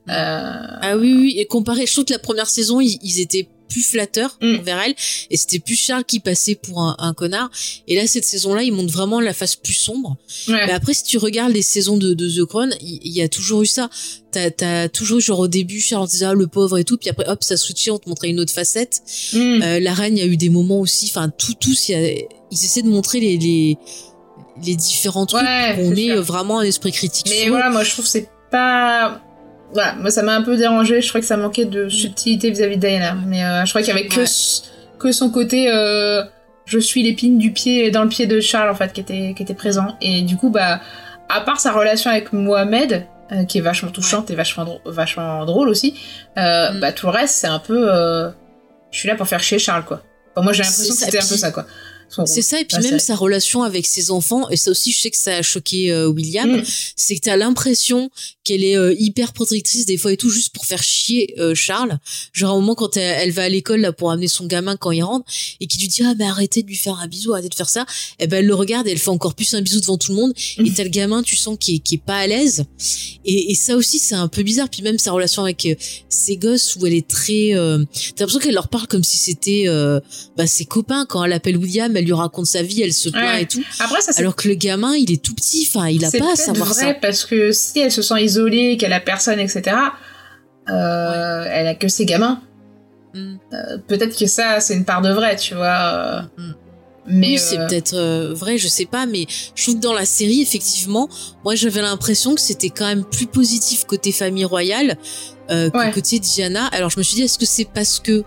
Ah oui, et comparé, je trouve que la première saison, ils étaient plus flatteurs envers elle, et c'était plus Charles qui passait pour un connard, et là cette saison-là ils montrent vraiment la face plus sombre. Mais après si tu regardes les saisons de The Crown, il y a toujours eu ça, t'as toujours genre au début Charles on disait le pauvre et tout, puis après hop ça switchait, on te montrait une autre facette. La reine, il y a eu des moments aussi, enfin tous ils essaient de montrer les différents trucs pour qu'on ait vraiment un esprit critique. Mais voilà, moi je trouve que c'est pas... Voilà, moi ça m'a un peu dérangé, je crois que ça manquait de subtilité vis-à-vis de Diana, mais je crois qu'il y avait que son côté je suis l'épine dans le pied de Charles en fait qui était présent, et du coup à part sa relation avec Mohamed qui est vachement touchante et vachement drôle aussi, tout le reste c'est un peu je suis là pour faire chier Charles, quoi. Enfin, moi j'ai l'impression que c'était un peu ça, quoi. C'est ça, et puis même sa relation avec ses enfants, et ça aussi je sais que ça a choqué William, c'est que t'as l'impression qu'elle est hyper protectrice des fois et tout, juste pour faire chier Charles. Genre à un moment quand elle va à l'école là pour amener son gamin quand il rentre, et qui lui dit arrêtez de lui faire un bisou, arrêtez de faire ça, et elle le regarde et elle fait encore plus un bisou devant tout le monde, et t'as le gamin, tu sens qui est pas à l'aise, et ça aussi c'est un peu bizarre. Puis même sa relation avec ses gosses où elle est très t'as l'impression qu'elle leur parle comme si c'était ses copains. Quand elle appelle William, elle lui raconte sa vie, elle se plaint et tout. Après, alors que le gamin, il est tout petit, enfin, il a pas à savoir ça. C'est vrai, parce que si elle se sent isolée, qu'elle a personne, etc., elle a que ses gamins. Peut-être que ça, c'est une part de vrai, tu vois. Mais oui, c'est peut-être vrai, je sais pas, mais je trouve que dans la série, effectivement, moi j'avais l'impression que c'était quand même plus positif côté famille royale que côté Diana. Alors je me suis dit, est-ce que c'est parce que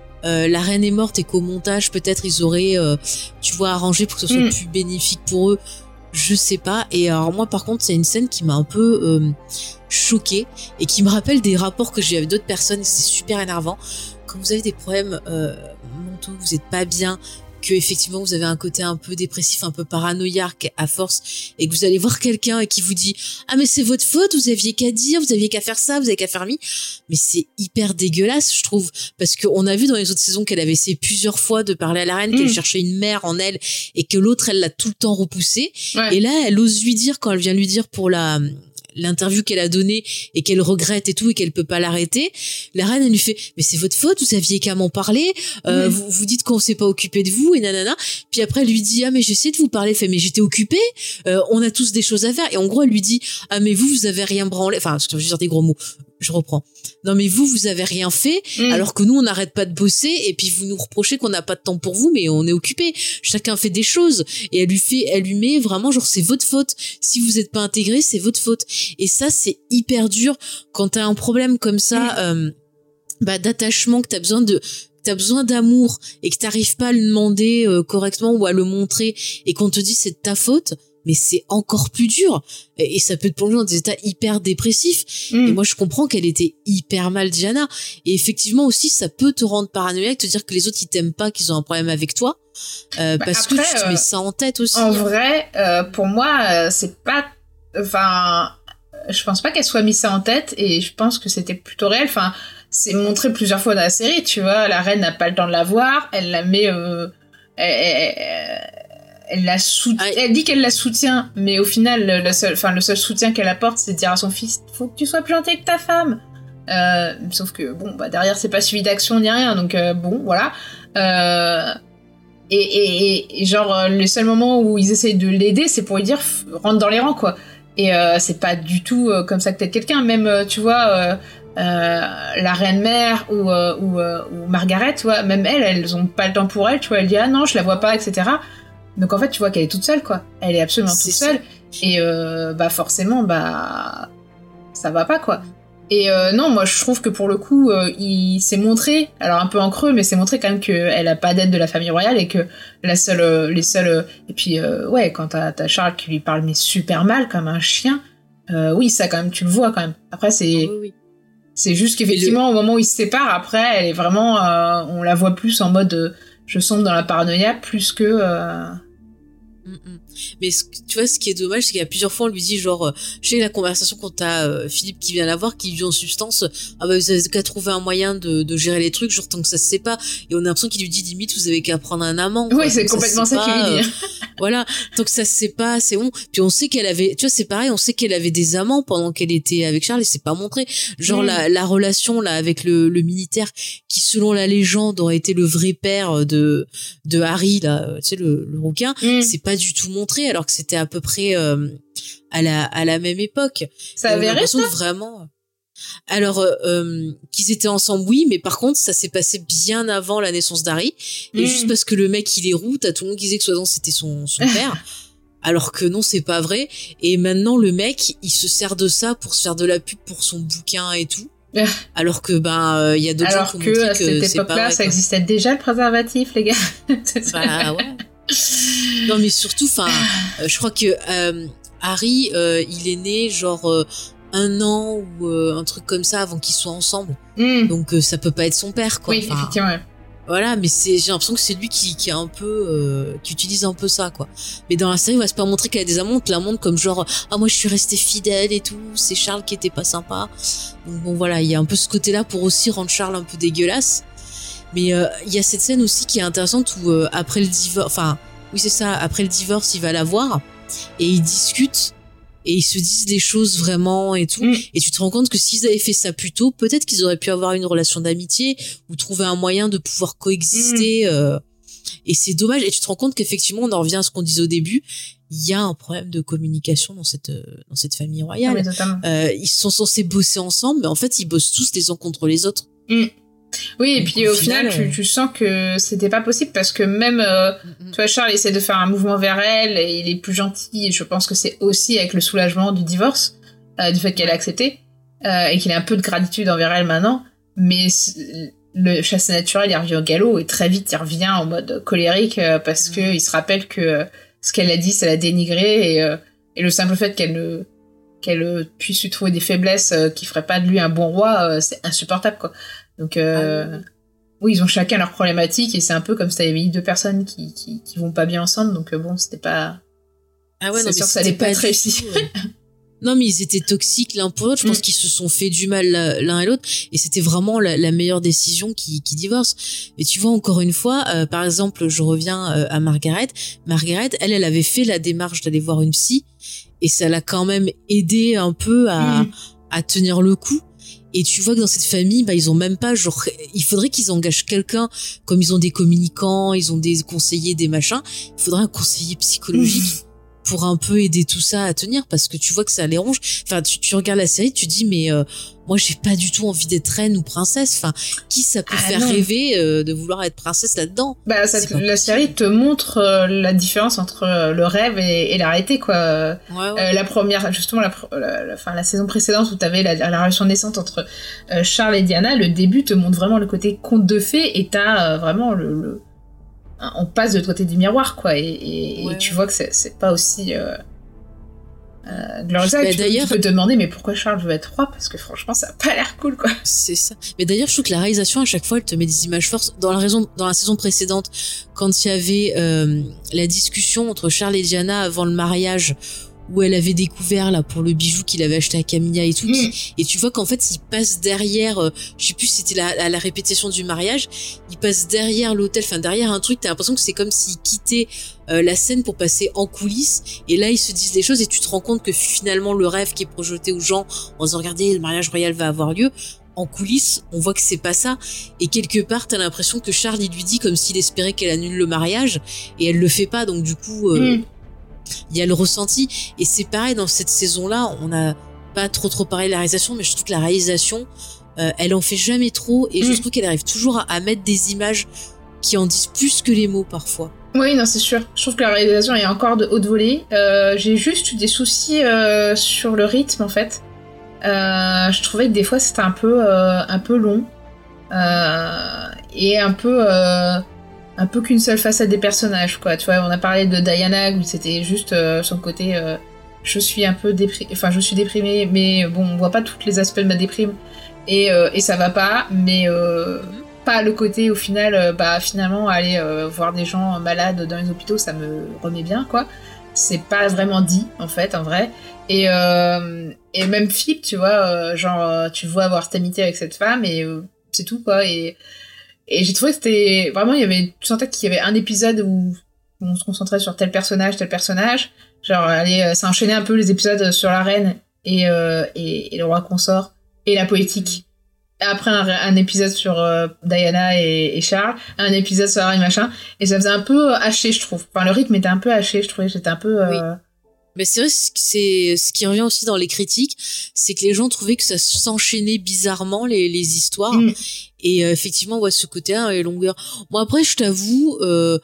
la reine est morte et qu'au montage peut-être ils auraient arrangé pour que ce soit plus bénéfique pour eux, je sais pas. Et alors moi par contre c'est une scène qui m'a un peu choquée et qui me rappelle des rapports que j'ai avec d'autres personnes, et c'est super énervant quand vous avez des problèmes mentaux, vous êtes pas bien, que effectivement vous avez un côté un peu dépressif, un peu paranoïaque à force, et que vous allez voir quelqu'un et qui vous dit mais c'est votre faute, vous aviez qu'à dire, vous aviez qu'à faire ça, vous avez qu'à faire mi. Mais c'est hyper dégueulasse, je trouve, parce qu'on a vu dans les autres saisons qu'elle avait essayé plusieurs fois de parler à la reine, qu'elle cherchait une mère en elle, et que l'autre elle l'a tout le temps repoussée. Et là elle ose lui dire, quand elle vient lui dire pour l'interview qu'elle a donnée et qu'elle regrette et tout et qu'elle peut pas l'arrêter, la reine elle lui fait mais c'est votre faute, vous aviez qu'à m'en parler, vous dites qu'on s'est pas occupé de vous et nanana. Puis après elle lui dit mais j'essaie de vous parler, fait mais j'étais occupée, on a tous des choses à faire. Et en gros elle lui dit mais vous avez rien branlé, enfin je vais dire des gros mots, je reprends, non mais vous avez rien fait, alors que nous on n'arrête pas de bosser, et puis vous nous reprochez qu'on n'a pas de temps pour vous, mais on est occupé, chacun fait des choses. Et elle lui met vraiment genre c'est votre faute, si vous êtes pas intégré c'est votre faute. Et ça c'est hyper dur quand t'as un problème comme ça d'attachement, que t'as besoin d'amour et que t'arrives pas à le demander correctement ou à le montrer, et qu'on te dit c'est de ta faute. Mais c'est encore plus dur, et ça peut te plonger dans des états hyper dépressifs. Et moi je comprends qu'elle était hyper mal, Diana, et effectivement aussi ça peut te rendre paranoïaque, te dire que les autres ils t'aiment pas, qu'ils ont un problème avec toi, parce après, que tu te mets ça en tête aussi. En vrai pour moi c'est pas, enfin je pense pas qu'elle soit mis ça en tête, et je pense que c'était plutôt réel. Enfin c'est montré plusieurs fois dans la série, tu vois, la reine n'a pas le temps de la voir, elle la met elle dit qu'elle la soutient, mais au final, le seul soutien qu'elle apporte, c'est de dire à son fils, faut que tu sois plus gentil avec ta femme. Sauf que, derrière, c'est pas suivi d'action ni rien, donc voilà. Et genre, le seul moment où ils essayent de l'aider, c'est pour lui dire, rentre dans les rangs, quoi. Et c'est pas du tout comme ça que t'aides quelqu'un, même, tu vois... la reine-mère ou Margaret, tu vois, même elles ont pas le temps pour elle, tu vois, elle dit non je la vois pas, etc. Donc en fait tu vois qu'elle est toute seule, quoi, elle est absolument toute seule, et forcément ça va pas, quoi. Et non, moi je trouve que pour le coup, il s'est montré, alors un peu en creux, mais c'est montré quand même qu'elle a pas d'aide de la famille royale et que les seuls... Et puis, ouais, quand t'as Charles qui lui parle mais super mal, comme un chien, oui, ça quand même, tu le vois quand même. Après, Oui. c'est juste qu'effectivement, au moment où ils se séparent, après, elle est vraiment... on la voit plus en mode je sombre dans la paranoïa, plus que... Mais tu vois, ce qui est dommage, c'est qu'il y a plusieurs fois on lui dit genre, je sais la conversation quand t'as Philippe qui vient la voir, qui lui dit en substance, ah bah vous avez qu'à trouver un moyen de gérer les trucs, genre tant que ça se sait pas. Et on a l'impression qu'il lui dit limite vous avez qu'à prendre un amant. Oui, c'est complètement ça qu'il lui dit. Voilà, tant que ça se sait pas, c'est bon. Puis on sait qu'elle avait, tu vois, c'est pareil, on sait qu'elle avait des amants pendant qu'elle était avec Charles et c'est pas montré. Genre la relation là avec le militaire qui selon la légende aurait été le vrai père de Harry là, tu sais le rouquin, c'est pas du tout montré alors que c'était à peu près à la même époque. Ça avait l'impression vraiment. Alors qu'ils étaient ensemble, oui, mais par contre ça s'est passé bien avant la naissance d'Harry et juste parce que le mec il est roux, t'as tout le monde qui disait que soi-disant c'était son père. Alors que non, c'est pas vrai. Et maintenant le mec il se sert de ça pour se faire de la pub pour son bouquin et tout. Alors que il y a d'autres gens qui ont montré que à cette époque-là, ça existait déjà le préservatif, les gars. Bah ouais. Non mais surtout, je crois que Harry, il est né genre 1 an ou un truc comme ça avant qu'ils soient ensemble. Donc ça peut pas être son père, quoi. Oui, effectivement. Voilà, mais j'ai l'impression que c'est lui qui est un peu qui utilise un peu ça, quoi. Mais dans la série, on va se pas montrer qu'elle a des amants, on te la montre comme genre moi je suis restée fidèle et tout, c'est Charles qui était pas sympa. Donc bon voilà, il y a un peu ce côté-là pour aussi rendre Charles un peu dégueulasse. Mais il y a cette scène aussi qui est intéressante où après le divorce, oui c'est ça, après le divorce, il va la voir et ils discutent et ils se disent des choses vraiment et tout. Et tu te rends compte que s'ils avaient fait ça plus tôt, peut-être qu'ils auraient pu avoir une relation d'amitié ou trouver un moyen de pouvoir coexister. Et c'est dommage. Et tu te rends compte qu'effectivement, on en revient à ce qu'on disait au début. Il y a un problème de communication dans cette famille royale. Ils sont censés bosser ensemble, mais en fait, ils bossent tous les uns contre les autres. Oui, et puis au final, tu sens que c'était pas possible parce que même, tu vois, Charles essaie de faire un mouvement vers elle et il est plus gentil. Et je pense que c'est aussi avec le soulagement du divorce, du fait qu'elle a accepté et qu'il a un peu de gratitude envers elle maintenant. Mais le chassé naturel, il revient au galop et très vite, il revient en mode colérique parce que il se rappelle que ce qu'elle a dit, ça l'a dénigré et le simple fait qu'elle puisse lui trouver des faiblesses qui feraient pas de lui un bon roi, c'est insupportable, quoi. Donc, oui, ils ont chacun leurs problématiques et c'est un peu comme si t'avais mis 2 personnes qui vont pas bien ensemble. Donc, bon, c'était pas... c'est sûr que ça allait pas être réussi. Non, mais ils étaient toxiques l'un pour l'autre. Je pense qu'ils se sont fait du mal l'un et l'autre. Et c'était vraiment la meilleure décision qui divorce. Et tu vois, encore une fois, par exemple, je reviens à Margaret. Margaret, elle avait fait la démarche d'aller voir une psy. Et ça l'a quand même aidé un peu à tenir le coup. Et tu vois que dans cette famille, ils ont même pas, genre, il faudrait qu'ils engagent quelqu'un, comme ils ont des communicants, ils ont des conseillers, des machins, il faudrait un conseiller psychologique pour un peu aider tout ça à tenir, parce que tu vois que ça les ronge. Enfin, tu regardes la série, tu dis, mais moi, j'ai pas du tout envie d'être reine ou princesse. Enfin, qui ça peut faire rêver de vouloir être princesse là-dedans? La série te montre la différence entre le rêve et la réalité, quoi. La première, justement, la saison précédente où t'avais la relation naissante entre Charles et Diana, le début te montre vraiment le côté conte de fées et t'as vraiment on passe de l'autre côté du miroir, quoi, et tu vois que c'est pas aussi glorieux. Tu peux te demander mais pourquoi Charles veut être roi, parce que franchement ça a pas l'air cool, quoi. C'est ça. Mais d'ailleurs je trouve que la réalisation à chaque fois elle te met des images fortes. Dans la saison précédente, quand il y avait la discussion entre Charles et Diana avant le mariage, où elle avait découvert là pour le bijou qu'il avait acheté à Camilla et tout, et tu vois qu'en fait il passe derrière, je sais plus si c'était la répétition du mariage, il passe derrière l'hôtel, enfin derrière un truc, t'as l'impression que c'est comme s'il quittait la scène pour passer en coulisses, et là ils se disent des choses et tu te rends compte que finalement le rêve qui est projeté aux gens en disant regardez le mariage royal va avoir lieu, en coulisses on voit que c'est pas ça, et quelque part t'as l'impression que Charles il lui dit comme s'il espérait qu'elle annule le mariage et elle le fait pas, donc du coup il y a le ressenti. Et c'est pareil dans cette saison-là, on n'a pas trop parlé de la réalisation, mais je trouve que la réalisation, elle en fait jamais trop, et je trouve qu'elle arrive toujours à mettre des images qui en disent plus que les mots parfois. Oui, non, c'est sûr. Je trouve que la réalisation est encore de haute volée. J'ai juste eu des soucis sur le rythme, en fait. Je trouvais que des fois c'était un peu long et un peu qu'une seule façade des personnages, quoi. Tu vois, on a parlé de Diana où c'était juste son côté je suis un peu je suis déprimée, mais bon, on voit pas tous les aspects de ma déprime et ça va pas, mais pas le côté au final finalement aller voir des gens malades dans les hôpitaux, ça me remet bien, quoi. C'est pas vraiment dit en fait, en vrai. Et même Philippe, tu vois, tu vois avoir cette amitié avec cette femme et c'est tout, quoi. Et j'ai trouvé que c'était vraiment, tu sentais qu'il y avait un épisode où on se concentrait sur tel personnage. Genre, allez, ça enchaînait un peu les épisodes sur la reine et le roi consort et la politique. Après un épisode sur Diana et Charles, un épisode sur Harry machin, et ça faisait un peu haché, je trouve. Enfin, le rythme était un peu haché, je trouvais que j'étais un peu... Oui. Mais c'est vrai, c'est ce qui revient aussi dans les critiques, c'est que les gens trouvaient que ça s'enchaînait bizarrement les histoires, et effectivement, ouais, ce côté-là est longueur. Bon, après, je t'avoue,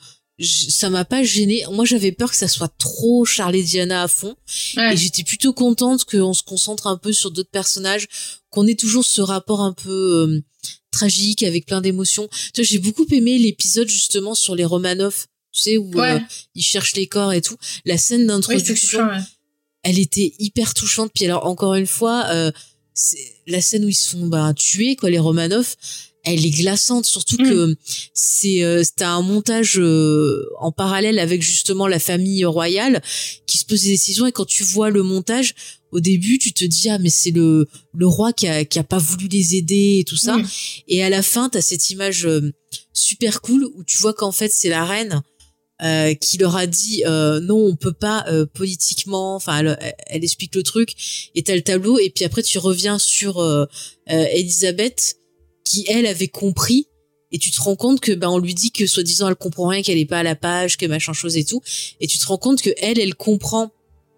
ça m'a pas gêné. Moi, j'avais peur que ça soit trop Charles et Diana à fond, et j'étais plutôt contente qu'on se concentre un peu sur d'autres personnages, qu'on ait toujours ce rapport un peu tragique avec plein d'émotions. Tu vois, j'ai beaucoup aimé l'épisode justement sur les Romanov, tu sais, où ils cherchent les corps et tout. La scène d'introduction, elle était hyper touchante. Puis alors, encore une fois, la scène où ils se font tuer, quoi, les Romanov, elle est glaçante, surtout que c'était un montage en parallèle avec justement la famille royale qui se pose des décisions, et quand tu vois le montage, au début, tu te dis mais c'est le roi qui a pas voulu les aider et tout ça. Et à la fin, t'as cette image super cool où tu vois qu'en fait, c'est la reine qui leur a dit non, on peut pas politiquement, enfin elle explique le truc, et t'as le tableau, et puis après tu reviens sur Elisabeth qui elle avait compris, et tu te rends compte que on lui dit que soi-disant elle comprend rien, qu'elle est pas à la page, que machin chose et tout, et tu te rends compte que elle comprend,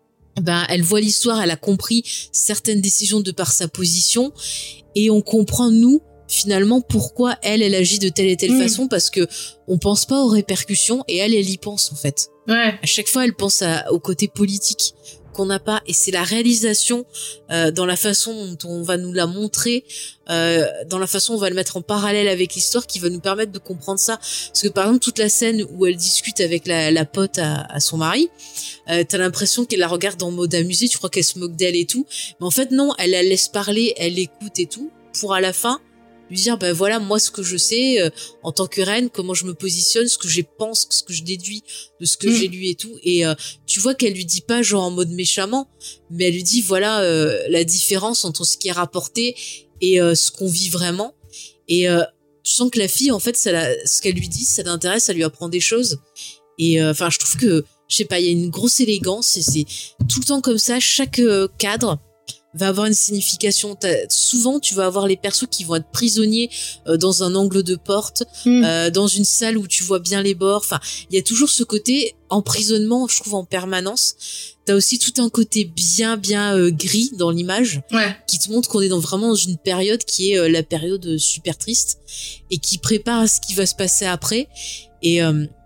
elle voit l'histoire, elle a compris certaines décisions de par sa position, et on comprend nous finalement pourquoi elle agit de telle et telle façon, parce que on pense pas aux répercussions, et elle y pense en fait. À chaque fois elle pense au côté politique qu'on n'a pas, et c'est la réalisation dans la façon dont on va nous la montrer, dans la façon dont on va le mettre en parallèle avec l'histoire, qui va nous permettre de comprendre ça. Parce que par exemple, toute la scène où elle discute avec la pote à son mari, t'as l'impression qu'elle la regarde en mode amusé, tu crois qu'elle se moque d'elle et tout, mais en fait non, elle la laisse parler, elle l'écoute et tout, pour à la fin lui dire voilà, moi ce que je sais en tant que reine, comment je me positionne, ce que je pense, ce que je déduis de ce que j'ai lu et tout, et tu vois qu'elle lui dit pas genre en mode méchamment, mais elle lui dit voilà la différence entre ce qui est rapporté et ce qu'on vit vraiment, et tu sens que la fille en fait ce qu'elle lui dit, ça l'intéresse, ça lui apprend des choses, et enfin je trouve que je sais pas, il y a une grosse élégance, et c'est tout le temps comme ça, chaque cadre va avoir une signification. Souvent tu vas avoir les persos qui vont être prisonniers dans un angle de porte, dans une salle où tu vois bien les bords, enfin il y a toujours ce côté emprisonnement, je trouve, en permanence. T'as aussi tout un côté bien gris dans l'image, qui te montre qu'on est vraiment dans une période qui est la période super triste, et qui prépare à ce qui va se passer après. Et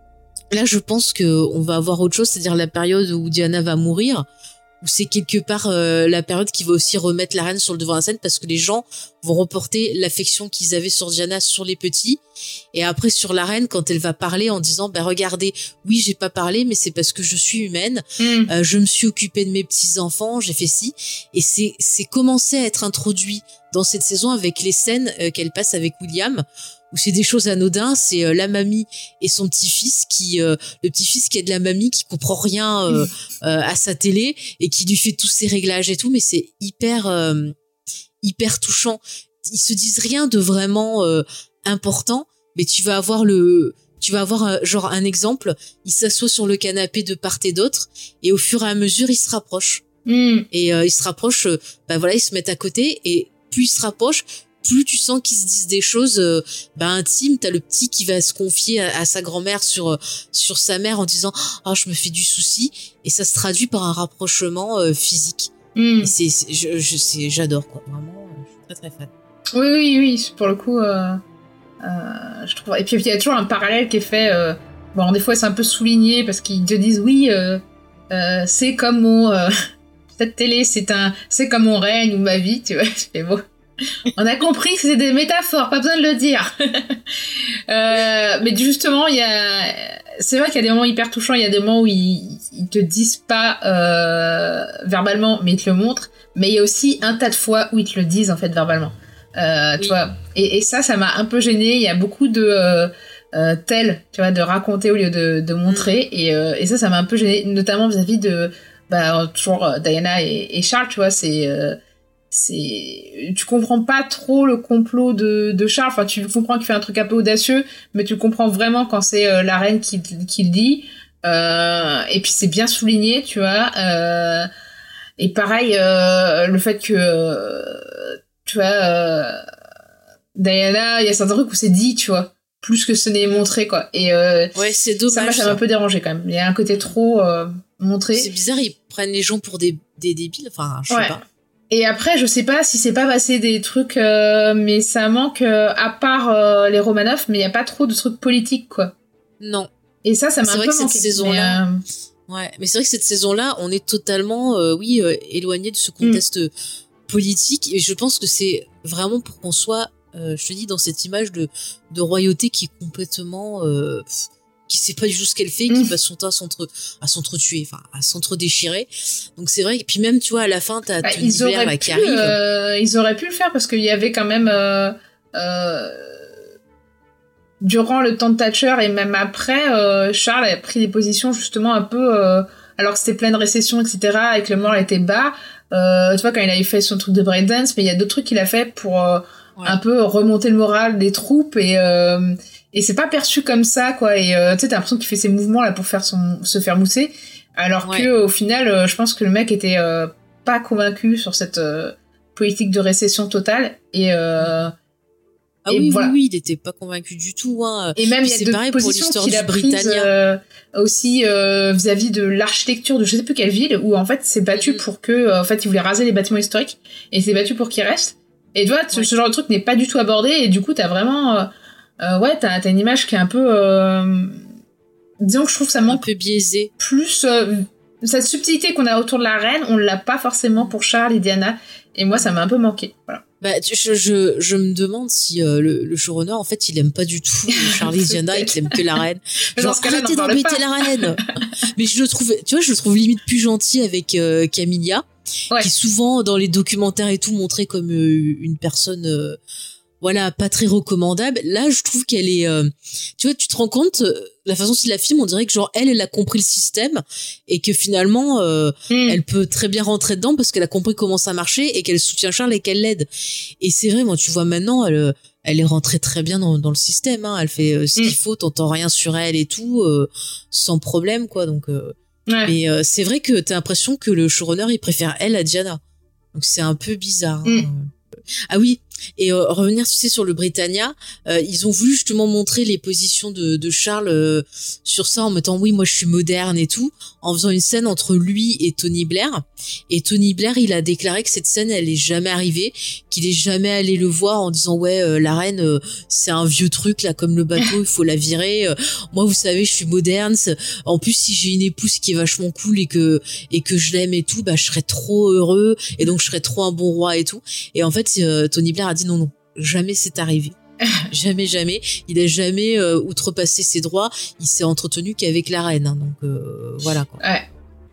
là je pense que on va avoir autre chose, c'est-à-dire la période où Diana va mourir, où c'est quelque part la période qui va aussi remettre la reine sur le devant de la scène, parce que les gens vont reporter l'affection qu'ils avaient sur Diana sur les petits, et après sur la reine quand elle va parler en disant regardez, oui j'ai pas parlé, mais c'est parce que je suis humaine, je me suis occupée de mes petits enfants, j'ai fait ci, et c'est commencé à être introduit dans cette saison avec les scènes qu'elle passe avec William, où c'est des choses anodines, c'est la mamie et son petit-fils le petit-fils qui est de la mamie, qui comprend rien à sa télé, et qui lui fait tous ses réglages et tout, mais c'est hyper touchant. Ils se disent rien de vraiment important, mais tu vas avoir genre un exemple, il s'assoit sur le canapé de part et d'autre, et au fur et à mesure ils se rapprochent, et ils se rapprochent, ils se mettent à côté, et plus ils se rapprochent, plus tu sens qu'ils se disent des choses intimes. T'as le petit qui va se confier à sa grand-mère sur sa mère en disant je me fais du souci, et ça se traduit par un rapprochement physique. Et j'adore, quoi, vraiment, je suis très très fan. Oui, pour le coup je trouve. Et puis il y a toujours un parallèle qui est fait, des fois c'est un peu souligné parce qu'ils te disent oui, c'est comme cette télé, c'est comme mon règne ou ma vie, tu vois. Je fais bon. On a compris que c'est des métaphores, pas besoin de le dire. Mais justement, c'est vrai qu'il y a des moments hyper touchants, il y a des moments où ils te disent pas verbalement, mais ils te le montrent. Mais il y a aussi un tas de fois où ils te le disent en fait verbalement. Tu vois. Et ça m'a un peu gênée. Il y a beaucoup de tel, tu vois, de raconter au lieu de montrer. Et ça m'a un peu gênée, notamment vis-à-vis de toujours Diana et Charles, tu vois. Tu comprends pas trop le complot de Charles. Enfin, tu comprends qu'il fait un truc un peu audacieux, mais tu comprends vraiment quand c'est la reine qui le dit. Et puis c'est bien souligné, tu vois. Et pareil, le fait que tu vois, Diana, il y a certains trucs où c'est dit, tu vois, plus que ce n'est montré, quoi. Et ouais, c'est dommage. Ça m'a un peu dérangé quand même. Il y a un côté trop montré. C'est bizarre, ils prennent les gens pour des débiles. Enfin, je sais pas. Et après, je sais pas si c'est pas passé des trucs, mais ça manque, à part les Romanov, mais il y a pas trop de trucs politiques, quoi. Non. Et ça m'a un peu manqué. Cette saison-là, ouais, mais c'est vrai que cette saison-là, on est totalement, éloigné de ce contexte politique, et je pense que c'est vraiment pour qu'on soit, je te dis, dans cette image de royauté qui est complètement, qui sait pas du tout ce qu'elle fait, qui passe son temps à s'entretuer, enfin, à s'entre-déchirer. Donc c'est vrai, et puis même, tu vois, à la fin, t'as Tony Blair qui arrive. Ils auraient pu le faire parce qu'il y avait quand même, durant le temps de Thatcher et même après, Charles a pris des positions justement un peu, alors que c'était plein de récession, etc., et que le moral était bas. Tu vois, quand il avait fait son truc de breakdance, mais il y a d'autres trucs qu'il a fait pour un peu remonter le moral des troupes, et c'est pas perçu comme ça, quoi. Et tu sais, t'as l'impression qu'il fait ces mouvements là pour se faire mousser, alors que au final, je pense que le mec était pas convaincu sur cette politique de récession totale. Et voilà. Oui, il était pas convaincu du tout. Hein. Et même il y a d'autres positions qu'il a prises aussi vis-à-vis de l'architecture de je sais plus quelle ville, où en fait c'est battu pour que, en fait, il voulait raser les bâtiments historiques et c'est battu pour qu'ils restent. Et tu vois, ce genre de truc n'est pas du tout abordé, et du coup t'as vraiment t'as une image qui est un peu disons que je trouve que ça manque un peu biaisé. Plus cette subtilité qu'on a autour de la reine, on l'a pas forcément pour Charles et Diana, et moi ça m'a un peu manqué. Voilà. Bah, je me demande si le showrunner, en fait, il aime pas du tout Charles et Diana et qu'il aime que la reine. Genre, arrêtez d'embêter la reine. Mais je le trouve limite plus gentil avec Camilla, qui est souvent dans les documentaires et tout montrée comme une personne voilà, pas très recommandable. Là, je trouve qu'elle est, tu vois, tu te rends compte, la façon dont il la filme, on dirait que genre elle a compris le système et que finalement, elle peut très bien rentrer dedans parce qu'elle a compris comment ça marchait et qu'elle soutient Charles et qu'elle l'aide. Et c'est vrai, moi, tu vois, maintenant, elle est rentrée très bien dans le système, hein. Elle fait ce qu'il faut, t'entends rien sur elle et tout, sans problème, quoi. Donc, mais c'est vrai que t'as l'impression que le showrunner, il préfère elle à Diana. Donc c'est un peu bizarre. Hein. Ah oui, et revenir, tu sais, sur le Britannia, ils ont voulu justement montrer les positions de Charles sur ça en mettant oui, moi je suis moderne et tout, en faisant une scène entre lui et Tony Blair. Et Tony Blair, il a déclaré que cette scène, elle est jamais arrivée, qu'il est jamais allé le voir en disant ouais, la reine, c'est un vieux truc là, comme le bateau, il faut la virer. Moi, vous savez, je suis moderne. En plus, si j'ai une épouse qui est vachement cool et que je l'aime et tout, bah je serais trop heureux et donc je serais trop un bon roi et tout. Et en fait, Tony Blair a dit non, jamais c'est arrivé. jamais. Il a jamais outrepassé ses droits. Il s'est entretenu qu'avec la reine. Hein, donc voilà, quoi. Ouais.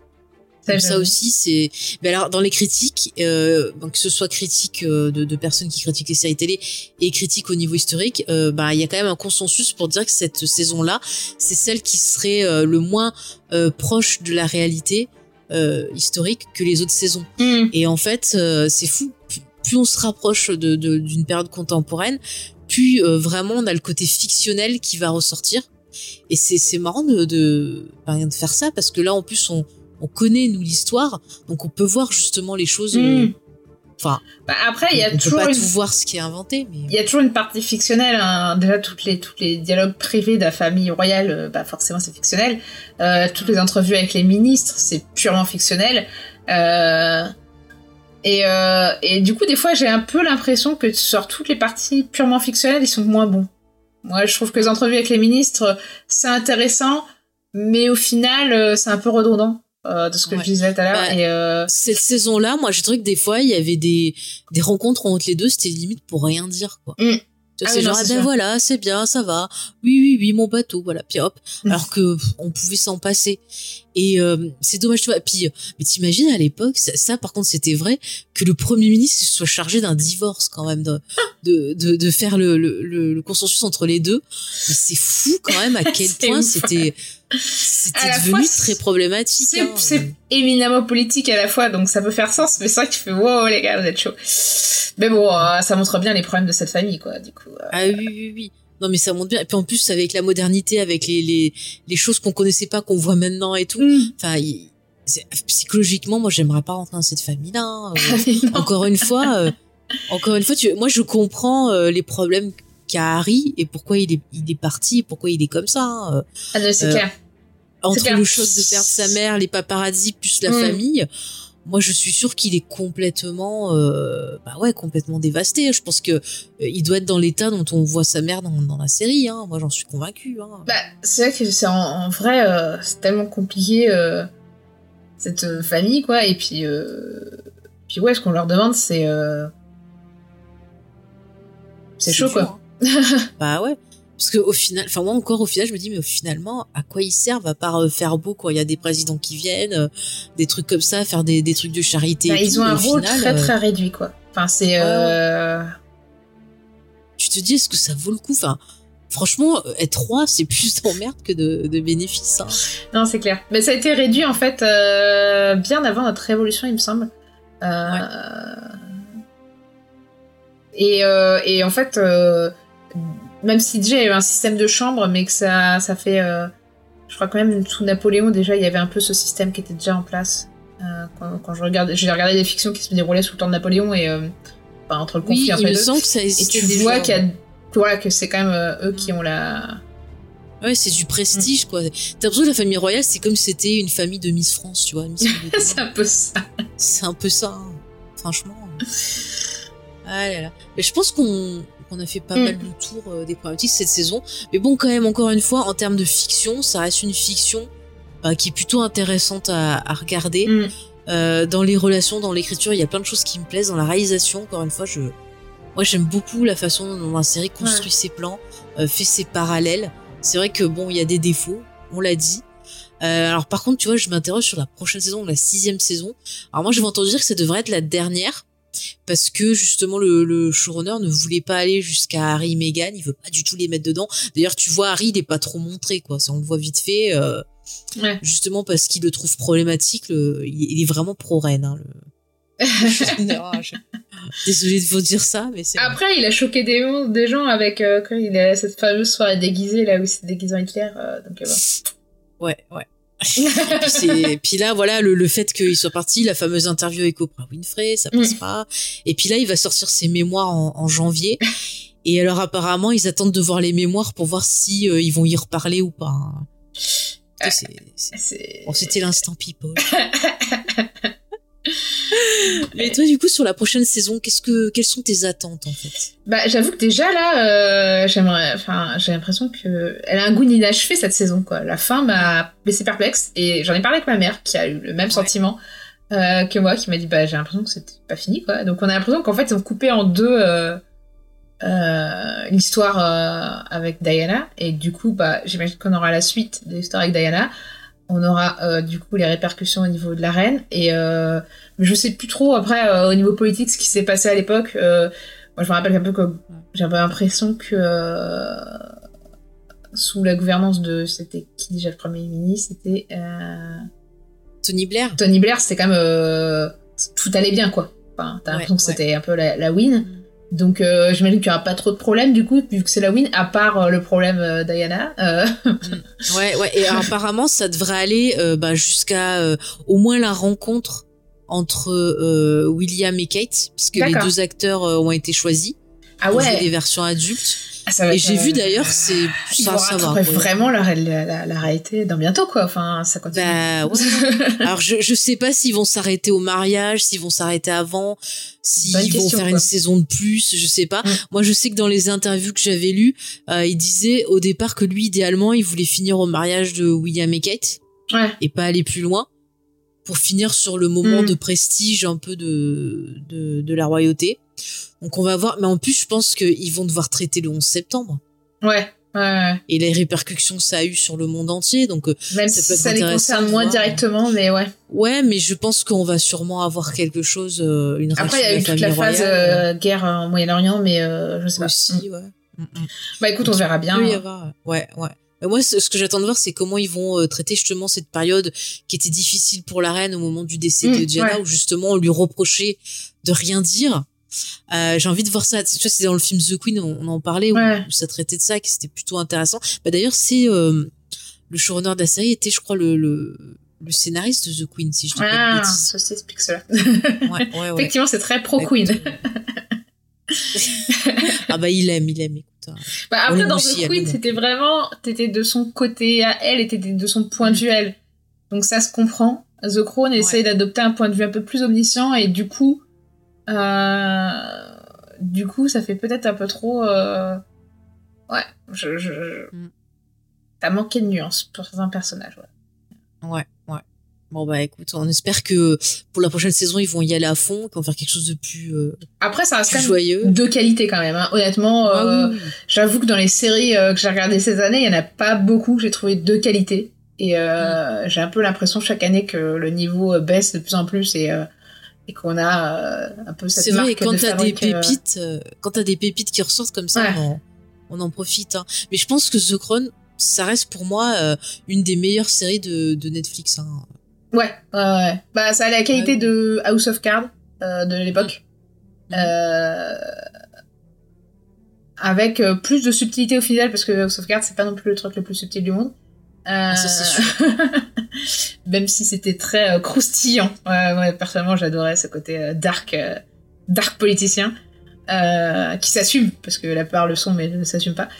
Ça aussi, c'est. Mais alors, dans les critiques, que ce soit critiques de personnes qui critiquent les séries télé et critiques au niveau historique, il y a quand même un consensus pour dire que cette saison-là, c'est celle qui serait le moins proche de la réalité historique que les autres saisons. Et en fait, c'est fou. Plus on se rapproche d'une période contemporaine, plus vraiment on a le côté fictionnel qui va ressortir. Et c'est marrant de faire ça, parce que là en plus on connaît nous l'histoire, donc on peut voir justement les choses. Enfin, après il y a toujours peut pas tout voir ce qui est inventé, mais il y a toujours une partie fictionnelle. Hein. Déjà tous les dialogues privés de la famille royale, forcément c'est fictionnel. Toutes les entrevues avec les ministres, c'est purement fictionnel. Et du coup, des fois, j'ai un peu l'impression que sur toutes les parties purement fictionnelles, ils sont moins bons. Moi, je trouve que les entrevues avec les ministres, c'est intéressant, mais au final, c'est un peu redondant. de ce que je disais tout à l'heure. Cette saison-là, moi, j'ai trouvé que des fois, il y avait des rencontres entre les deux, c'était limite pour rien dire, quoi. C'est genre, voilà, c'est bien, ça va. Oui, mon bateau, voilà. Puis hop. Alors que on pouvait s'en passer. Et c'est dommage, tu vois. Puis, mais t'imagines à l'époque, ça par contre, c'était vrai que le Premier ministre soit chargé d'un divorce quand même, de faire le consensus entre les deux. Mais c'est fou quand même à quel point c'était devenu très problématique. C'est éminemment politique à la fois, donc ça peut faire sens. Mais c'est vrai que tu fais, wow, les gars, vous êtes chauds. Mais bon, ça montre bien les problèmes de cette famille, quoi, du coup. Ah oui. Non, mais ça montre bien. Et puis en plus, avec la modernité, avec les choses qu'on connaissait pas, qu'on voit maintenant et tout. Enfin, psychologiquement, moi, j'aimerais pas rentrer dans cette famille-là. Encore une fois, moi, je comprends les problèmes qu'a Harry et pourquoi il est parti et pourquoi il est comme ça. Ah non, c'est clair. Entre le choc de perdre sa mère, les paparazzis plus la famille. Moi, je suis sûre qu'il est complètement, complètement dévasté. Je pense que il doit être dans l'état dont on voit sa mère dans la série. Hein. Moi, j'en suis convaincue. Hein. C'est vrai que c'est en vrai, c'est tellement compliqué cette famille, quoi. Et puis ouais, ce qu'on leur demande, c'est chaud, quoi. Bah ouais. Parce que au final, je me dis, mais finalement, à quoi ils servent à part faire beau quand il y a des présidents qui viennent, des trucs comme ça, faire des trucs de charité. Ils ont un rôle très très réduit, quoi. Enfin, c'est. Tu te dis, est-ce que ça vaut le coup? Enfin, franchement, être roi, c'est plus d'emmerde que de bénéfices. Hein. Non, c'est clair. Mais ça a été réduit en fait bien avant notre révolution, il me semble. Et en fait. Même si déjà il y avait un système de chambre, mais que ça fait... je crois quand même sous Napoléon, déjà, il y avait un peu ce système qui était déjà en place. Quand j'ai regardé des fictions qui se déroulaient sous le temps de Napoléon et entre le conflit entre les deux. Il me semble que ça existait et tu vois que c'est quand même eux qui ont la... Ouais, c'est du prestige, quoi. T'as l'impression que la famille royale, c'est comme si c'était une famille de Miss France, tu vois. C'est un peu ça. C'est un peu ça, hein. Franchement. Ah là là. Mais je pense qu'on a fait pas mal le tour des problématiques cette saison. Mais bon, quand même, encore une fois, en termes de fiction, ça reste une fiction qui est plutôt intéressante à regarder. Dans les relations, dans l'écriture, il y a plein de choses qui me plaisent. Dans la réalisation, encore une fois, moi, j'aime beaucoup la façon dont la série construit ses plans, fait ses parallèles. C'est vrai que bon, il y a des défauts, on l'a dit. Alors par contre, tu vois, je m'interroge sur la prochaine saison, la 6e saison. Alors moi, j'avais entendu dire que ça devrait être la dernière. Parce que justement le showrunner ne voulait pas aller jusqu'à Harry et Meghan, il veut pas du tout les mettre dedans. D'ailleurs, tu vois, Harry il est pas trop montré, quoi. On le voit vite fait, justement parce qu'il le trouve problématique. Il est vraiment pro-reine. Hein, Désolée de vous dire ça, mais c'est... Après, il a choqué des gens avec quand il a cette fameuse soirée déguisée là où il s'est déguisé en Hitler. Donc ouais. Et puis là, voilà, le fait qu'il soit parti, la fameuse interview avec Oprah Winfrey, ça passe pas. Et puis là, il va sortir ses mémoires en janvier. Et alors, apparemment, ils attendent de voir les mémoires pour voir si ils vont y reparler ou pas. Hein. Bon, c'était l'instant people. Mais toi, du coup, sur la prochaine saison, quelles sont tes attentes, en fait? J'avoue que déjà, là, j'ai l'impression que elle a un goût d'inachevé, cette saison, quoi. La fin m'a laissé perplexe, et j'en ai parlé avec ma mère, qui a eu le même sentiment que moi, qui m'a dit, j'ai l'impression que c'était pas fini, quoi. Donc, on a l'impression qu'en fait, ils ont coupé en deux l'histoire avec Diana, et du coup, j'imagine qu'on aura la suite de l'histoire avec Diana. On aura du coup les répercussions au niveau de la reine, et mais je sais plus trop après au niveau politique ce qui s'est passé à l'époque. Moi je me rappelle un peu que j'avais l'impression que sous la gouvernance c'était qui déjà le premier ministre, c'était Tony Blair. Tony Blair, c'est quand même tout allait bien, quoi. Enfin, t'as l'impression que c'était un peu la win. Donc j'imagine qu'il n'y aura pas trop de problèmes du coup, vu que c'est la win, à part le problème Diana. Ouais, et apparemment ça devrait aller jusqu'à au moins la rencontre entre William et Kate, puisque les deux acteurs ont été choisis pour jouer des versions adultes. Et j'ai vu d'ailleurs, ça va vraiment la réalité dans bientôt, quoi. Enfin, ça continue. Alors je sais pas s'ils vont s'arrêter au mariage, s'ils vont s'arrêter avant, s'ils vont faire une saison de plus, je sais pas. Moi, je sais que dans les interviews que j'avais lues, il disait au départ que lui, idéalement, il voulait finir au mariage de William et Kate, et pas aller plus loin. pour finir sur le moment de prestige un peu de la royauté. Donc on va voir, mais en plus je pense qu'ils vont devoir traiter le 11 septembre. Ouais. Et les répercussions que ça a eu sur le monde entier, donc même si ça les concerne moins directement, mais ouais. Ouais, mais je pense qu'on va sûrement avoir quelque chose, une réaction. Après, il y a eu toute la phase guerre en Moyen-Orient, mais je sais pas. Aussi, ouais. Bah écoute, on verra bien. Il peut y avoir, ouais. Moi, ce que j'attends de voir, c'est comment ils vont traiter justement cette période qui était difficile pour la reine au moment du décès de Diana, où justement on lui reprochait de rien dire. J'ai envie de voir ça. Tu vois, c'est dans le film The Queen, on en parlait, où ça traitait de ça, que c'était plutôt intéressant. Bah d'ailleurs, c'est le showrunner de la série était, je crois, le scénariste de The Queen, si je dis pas de bêtises. Ça s'explique cela. Ouais. Effectivement, c'est très pro Queen. Ah bah il aime, écoute. Bah après dans The Queen, c'était vraiment, t'étais de son côté à elle et t'étais de son point de vue à elle. Donc ça se comprend. The Crown essaye d'adopter un point de vue un peu plus omniscient et du coup ça fait peut-être un peu trop ouais, t'as manqué de nuances pour certains personnages. Ouais. Bon bah écoute, on espère que pour la prochaine saison ils vont y aller à fond, qu'ils vont faire quelque chose de plus après ça reste quand même joyeux, de qualité quand même, hein. Honnêtement, oui. J'avoue que dans les séries que j'ai regardées ces années, il y en a pas beaucoup que j'ai trouvé de qualité et j'ai un peu l'impression chaque année que le niveau baisse de plus en plus et qu'on a un peu cette marque de fabrique. C'est vrai, quand t'as des pépites qui ressortent comme ça, on en profite, hein. Mais je pense que The Crown, ça reste pour moi une des meilleures séries de Netflix, hein. Ouais. Bah, ça a la qualité de House of Cards de l'époque. Avec plus de subtilité au final, parce que House of Cards, c'est pas non plus le truc le plus subtil du monde. Ça, c'est sûr. Même si c'était très croustillant. Ouais, personnellement, j'adorais ce côté dark politicien. Qui s'assume, parce que la plupart le sont, mais ne s'assume pas.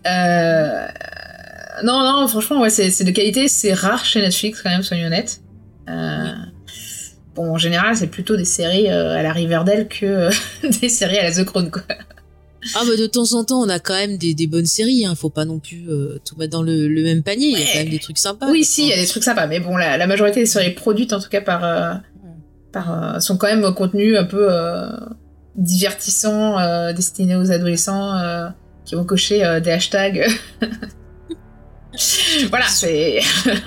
Non, franchement, ouais, c'est de qualité. C'est rare chez Netflix, quand même, soyons honnêtes. Bon, en général, c'est plutôt des séries à la Riverdale que des séries à la The Crown, quoi. Ah bah de temps en temps, on a quand même des bonnes séries, hein. Faut pas non plus tout mettre dans le même panier. Il y a quand même des trucs sympas. Oui, si, il y a des trucs sympas, mais bon, la majorité des séries produites, en tout cas par sont quand même contenus un peu divertissants, destinés aux adolescents qui vont cocher des hashtags. Voilà, c'est...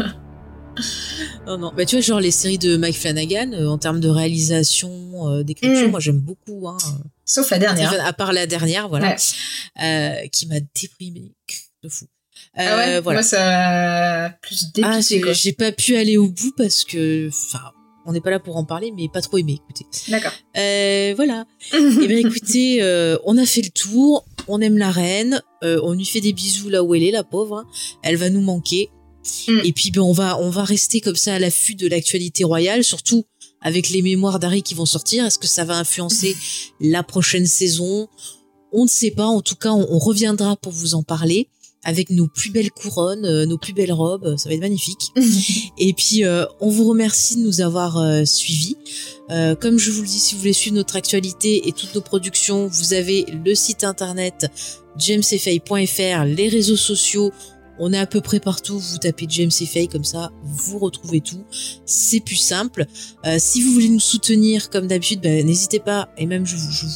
Non. Bah, tu vois, genre les séries de Mike Flanagan, en termes de réalisation, d'écriture, moi j'aime beaucoup, hein. Sauf la dernière. À part la dernière, voilà. Qui m'a déprimée de fou. Voilà. Moi, ça a plus dépité, quoi. J'ai pas pu aller au bout parce que, enfin, on n'est pas là pour en parler, mais pas trop aimé, écoutez. D'accord. Voilà. Eh bien, écoutez, on a fait le tour. On aime la reine. On lui fait des bisous là où elle est, la pauvre, hein. Elle va nous manquer. Et puis on va rester comme ça à l'affût de l'actualité royale, surtout avec les mémoires d'Harry qui vont sortir. Est-ce que ça va influencer la prochaine saison? On ne sait pas. En tout cas, on reviendra pour vous en parler avec nos plus belles couronnes, nos plus belles robes. Ça va être magnifique. Et puis on vous remercie de nous avoir suivis. Comme je vous le dis, si vous voulez suivre notre actualité et toutes nos productions, vous avez le site internet jamesfay.fr, les réseaux sociaux. On est à peu près partout, vous tapez James et Faye, comme ça, vous retrouvez tout. C'est plus simple. Si vous voulez nous soutenir, comme d'habitude, n'hésitez pas, et même je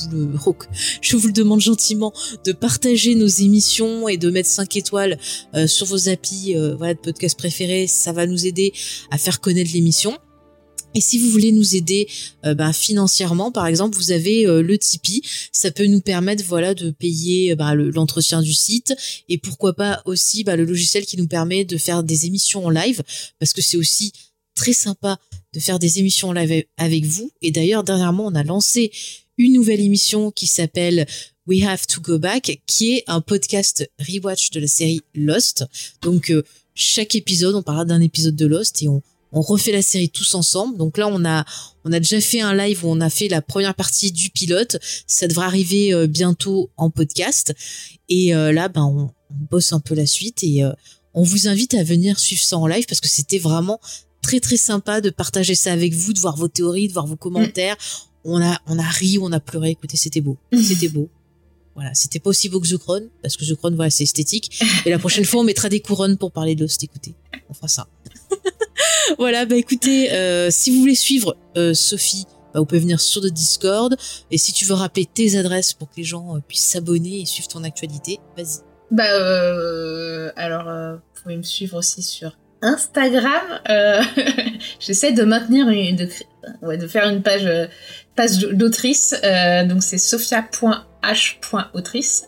vous le demande gentiment, de partager nos émissions et de mettre 5 étoiles sur vos applis de podcast préférés. Ça va nous aider à faire connaître l'émission. Et si vous voulez nous aider financièrement, par exemple, vous avez le Tipeee. Ça peut nous permettre de payer l'entretien du site et pourquoi pas aussi le logiciel qui nous permet de faire des émissions en live, parce que c'est aussi très sympa de faire des émissions en live avec vous. Et d'ailleurs, dernièrement, on a lancé une nouvelle émission qui s'appelle We Have to Go Back, qui est un podcast rewatch de la série Lost. Donc chaque épisode, on parlera d'un épisode de Lost et on refait la série tous ensemble. Donc là, on a déjà fait un live où on a fait la première partie du pilote. Ça devrait arriver bientôt en podcast. Et là, on bosse un peu la suite et on vous invite à venir suivre ça en live parce que c'était vraiment très très sympa de partager ça avec vous, de voir vos théories, de voir vos commentaires. On a ri, on a pleuré. Écoutez, c'était beau. C'était beau. Voilà, c'était pas aussi beau que The Crown, parce que The Crown, c'est esthétique. Et la prochaine fois, on mettra des couronnes pour parler de Lost. Écoutez, on fera ça. Voilà, bah écoutez, si vous voulez suivre Sophie, bah, vous pouvez venir sur le Discord. Et si tu veux rappeler tes adresses pour que les gens puissent s'abonner et suivre ton actualité, vas-y. Bah, alors, vous pouvez me suivre aussi sur Instagram. J'essaie de maintenir de faire une page d'autrice. Donc c'est sophia.h.autrice.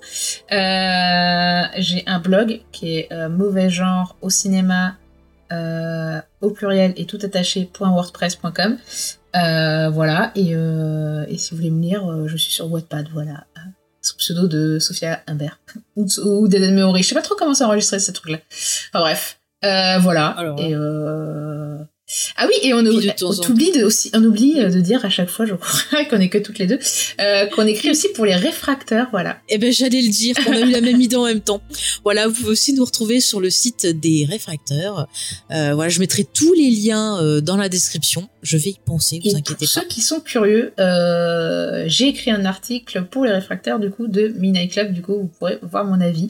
J'ai un blog qui est mauvais genre au cinéma au pluriel et tout attaché.wordpress.com. Voilà. Et si vous voulez me lire, je suis sur Wattpad. Voilà. Sous pseudo de Sophia Humbert ou d'Eden Meori. Je sais pas trop comment s'enregistrer ces trucs-là. Enfin bref. Voilà. Alors, et ah oui, et on oublie de dire à chaque fois, je crois qu'on est que toutes les deux, qu'on écrit aussi pour les réfracteurs, voilà. Eh ben j'allais le dire, qu'on a eu la même idée en même temps. Voilà, vous pouvez aussi nous retrouver sur le site des réfracteurs. Voilà, je mettrai tous les liens dans la description. Je vais y penser, vous inquiétez pas. Pour ceux qui sont curieux, j'ai écrit un article pour les réfracteurs du coup de Midnight Club. Du coup, vous pourrez voir mon avis,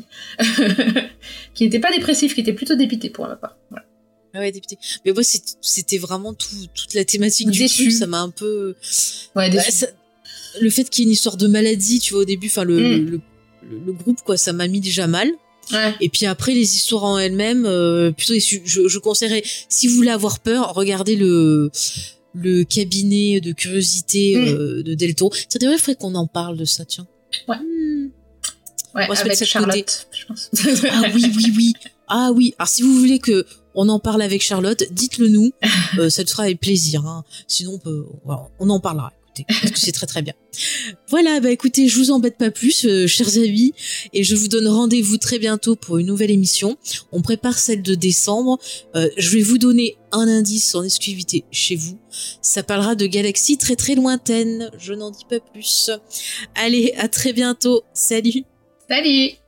qui n'était pas dépressif, qui était plutôt dépité pour ma part. Voilà. Ah ouais, dépité. Mais moi, c'était vraiment toute la thématique du truc, ça m'a un peu... Ouais, le fait qu'il y ait une histoire de maladie, tu vois, au début, enfin, le groupe, quoi, ça m'a mis déjà mal. Ouais. Et puis après, les histoires en elles-mêmes, plutôt déçu. Je conseillerais, si vous voulez avoir peur, regardez le cabinet de curiosité de Del Toro. Ça devrait faire qu'on en parle de ça, tiens. Ouais. Ouais, avec Charlotte, je pense. Ah oui. Ah oui. Alors si vous voulez que on en parle avec Charlotte, dites-le nous. Ça nous fera avec plaisir. Hein. Sinon, on en parlera. Écoutez, parce que c'est très très bien. Voilà, bah écoutez, je vous embête pas plus, chers amis, et je vous donne rendez-vous très bientôt pour une nouvelle émission. On prépare celle de décembre. Je vais vous donner un indice en exclusivité chez vous. Ça parlera de galaxies très très lointaines. Je n'en dis pas plus. Allez, à très bientôt. Salut. Salut.